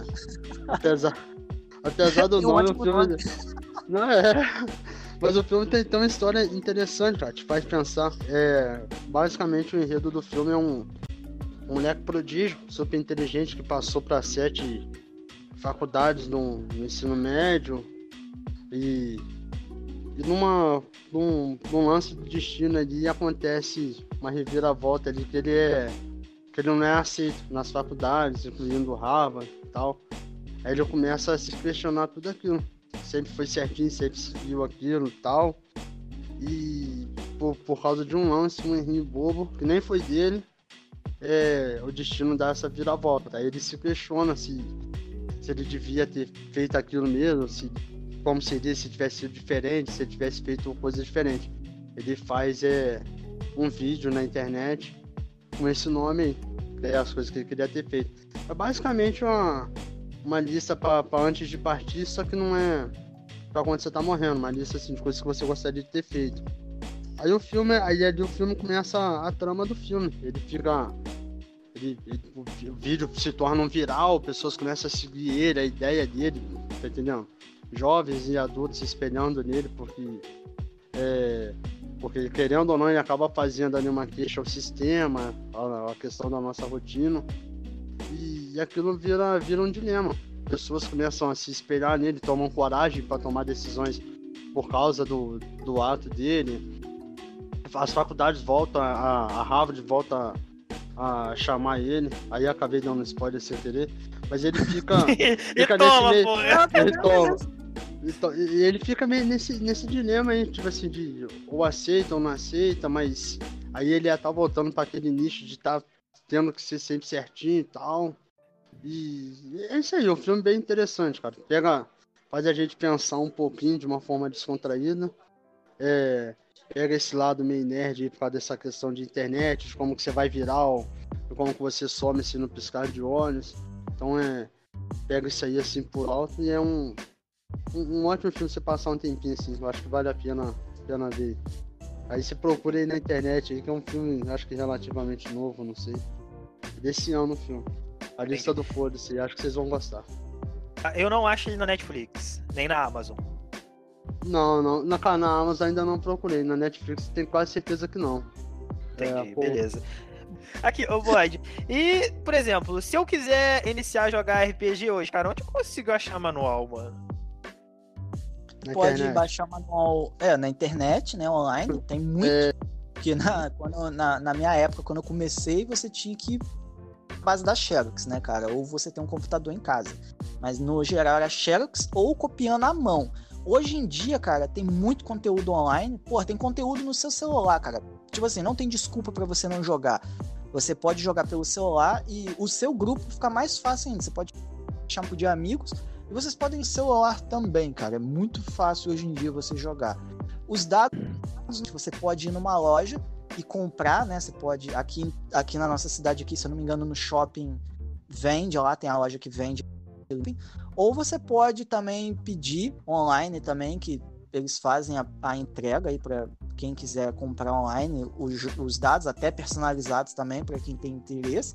Apesar do nome, o filme... Não é... Mas o filme tem uma história interessante, cara, te faz pensar. Basicamente o enredo do filme é um moleque prodígio, super inteligente, que passou para 7 faculdades no ensino médio e num lance do destino ali acontece uma reviravolta ali que ele não é aceito nas faculdades, incluindo Harvard e tal. Aí ele começa a se questionar tudo aquilo. Sempre foi certinho, sempre seguiu aquilo e tal. E por causa de um lance, um errinho bobo, que nem foi dele, o destino dá essa viravolta. Aí ele se questiona se ele devia ter feito aquilo mesmo, como seria se tivesse sido diferente, se ele tivesse feito uma coisa diferente. Ele faz um vídeo na internet com esse nome aí, as coisas que ele queria ter feito. É basicamente uma lista para antes de partir, só que não é pra quando você tá morrendo, uma lista assim, de coisas que você gostaria de ter feito. Aí o filme começa a trama do filme. O vídeo se torna um viral, pessoas começam a seguir ele, a ideia dele, tá entendendo? Jovens e adultos se espelhando nele, porque querendo ou não, ele acaba fazendo ali uma queixa ao sistema, a questão da nossa rotina. E aquilo vira um dilema. Pessoas começam a se espelhar nele, tomam coragem para tomar decisões por causa do ato dele. As faculdades voltam, a Harvard volta a chamar ele. Aí acabei dando um spoiler sem querer. Mas ele fica ele fica meio nesse dilema aí, tipo assim, de ou aceita ou não aceita, mas aí ele tá voltando para aquele nicho de estar tendo que ser sempre certinho e tal. E é isso aí, um filme bem interessante, cara. Faz a gente pensar um pouquinho de uma forma descontraída. Pega esse lado meio nerd aí por causa dessa questão de internet, de como que você vai viral, como que você some assim no piscar de olhos. Então pega isso aí assim por alto e é um ótimo filme você passar um tempinho assim. Eu acho que vale a pena ver. Aí você procura aí na internet aí, que é um filme, acho que relativamente novo, não sei. Desse ano o filme. A lista do foda-se, acho que vocês vão gostar. Eu não acho ele na Netflix, nem na Amazon. Não, na Amazon ainda não procurei. Na Netflix tenho quase certeza que não. Entendi, beleza. Aqui, ô Bode. E, por exemplo, se eu quiser iniciar a jogar RPG hoje, cara, onde eu consigo achar manual, mano? Pode baixar manual na internet, né, online. Tem muito. Porque na minha época, quando eu comecei, você tinha que base da Xerox, né, cara? Ou você tem um computador em casa. Mas no geral era Xerox ou copiando à mão. Hoje em dia, cara, tem muito conteúdo online. Pô, tem conteúdo no seu celular, cara. Tipo assim, não tem desculpa pra você não jogar. Você pode jogar pelo celular e o seu grupo fica mais fácil ainda. Você pode chamar de amigos e vocês podem no celular também, cara. É muito fácil hoje em dia você jogar. Os dados, você pode ir numa loja e comprar, né? Você pode, aqui na nossa cidade aqui, se eu não me engano, no shopping vende, lá tem a loja que vende. Ou você pode também pedir online também, que eles fazem a entrega aí para quem quiser comprar online, os dados até personalizados também para quem tem interesse.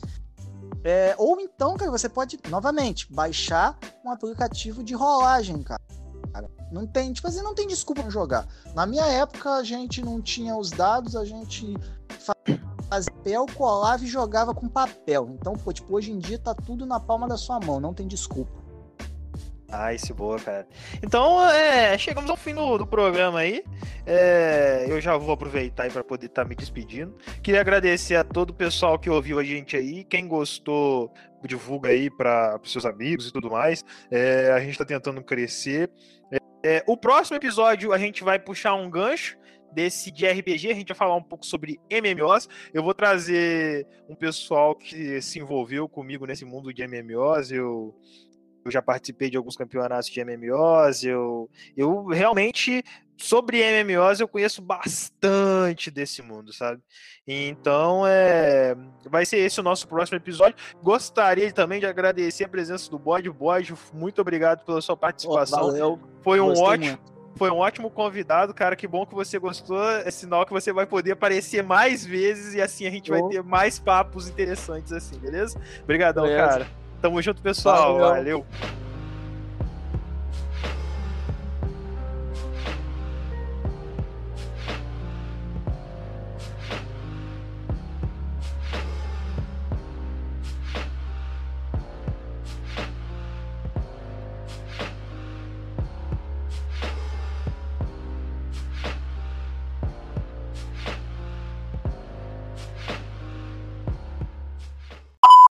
Ou então, cara, você pode novamente baixar um aplicativo de rolagem, cara. Não tem, tipo assim, não tem desculpa pra jogar. Na minha época, a gente não tinha os dados, a gente fazia papel, colava e jogava com papel. Então, pô, tipo, hoje em dia tá tudo na palma da sua mão, não tem desculpa. Nice, boa, cara. Então, chegamos ao fim do programa aí. Eu já vou aproveitar aí para poder estar me despedindo. Queria agradecer a todo o pessoal que ouviu a gente aí. Quem gostou, divulga aí para os seus amigos e tudo mais. A gente está tentando crescer. O próximo episódio a gente vai puxar um gancho desse de RPG, a gente vai falar um pouco sobre MMOs. Eu vou trazer um pessoal que se envolveu comigo nesse mundo de MMOs. Eu já participei de alguns campeonatos de MMOs, eu realmente, sobre MMOs, eu conheço bastante desse mundo, sabe? Então, vai ser esse o nosso próximo episódio. Gostaria também de agradecer a presença do Bode. Bode, muito obrigado pela sua participação. Valeu. Foi um Gostei ótimo convidado, cara. Que bom que você gostou. É sinal que você vai poder aparecer mais vezes e assim a gente vai ter mais papos interessantes assim, beleza? Obrigadão, cara. Tamo junto, pessoal. Valeu.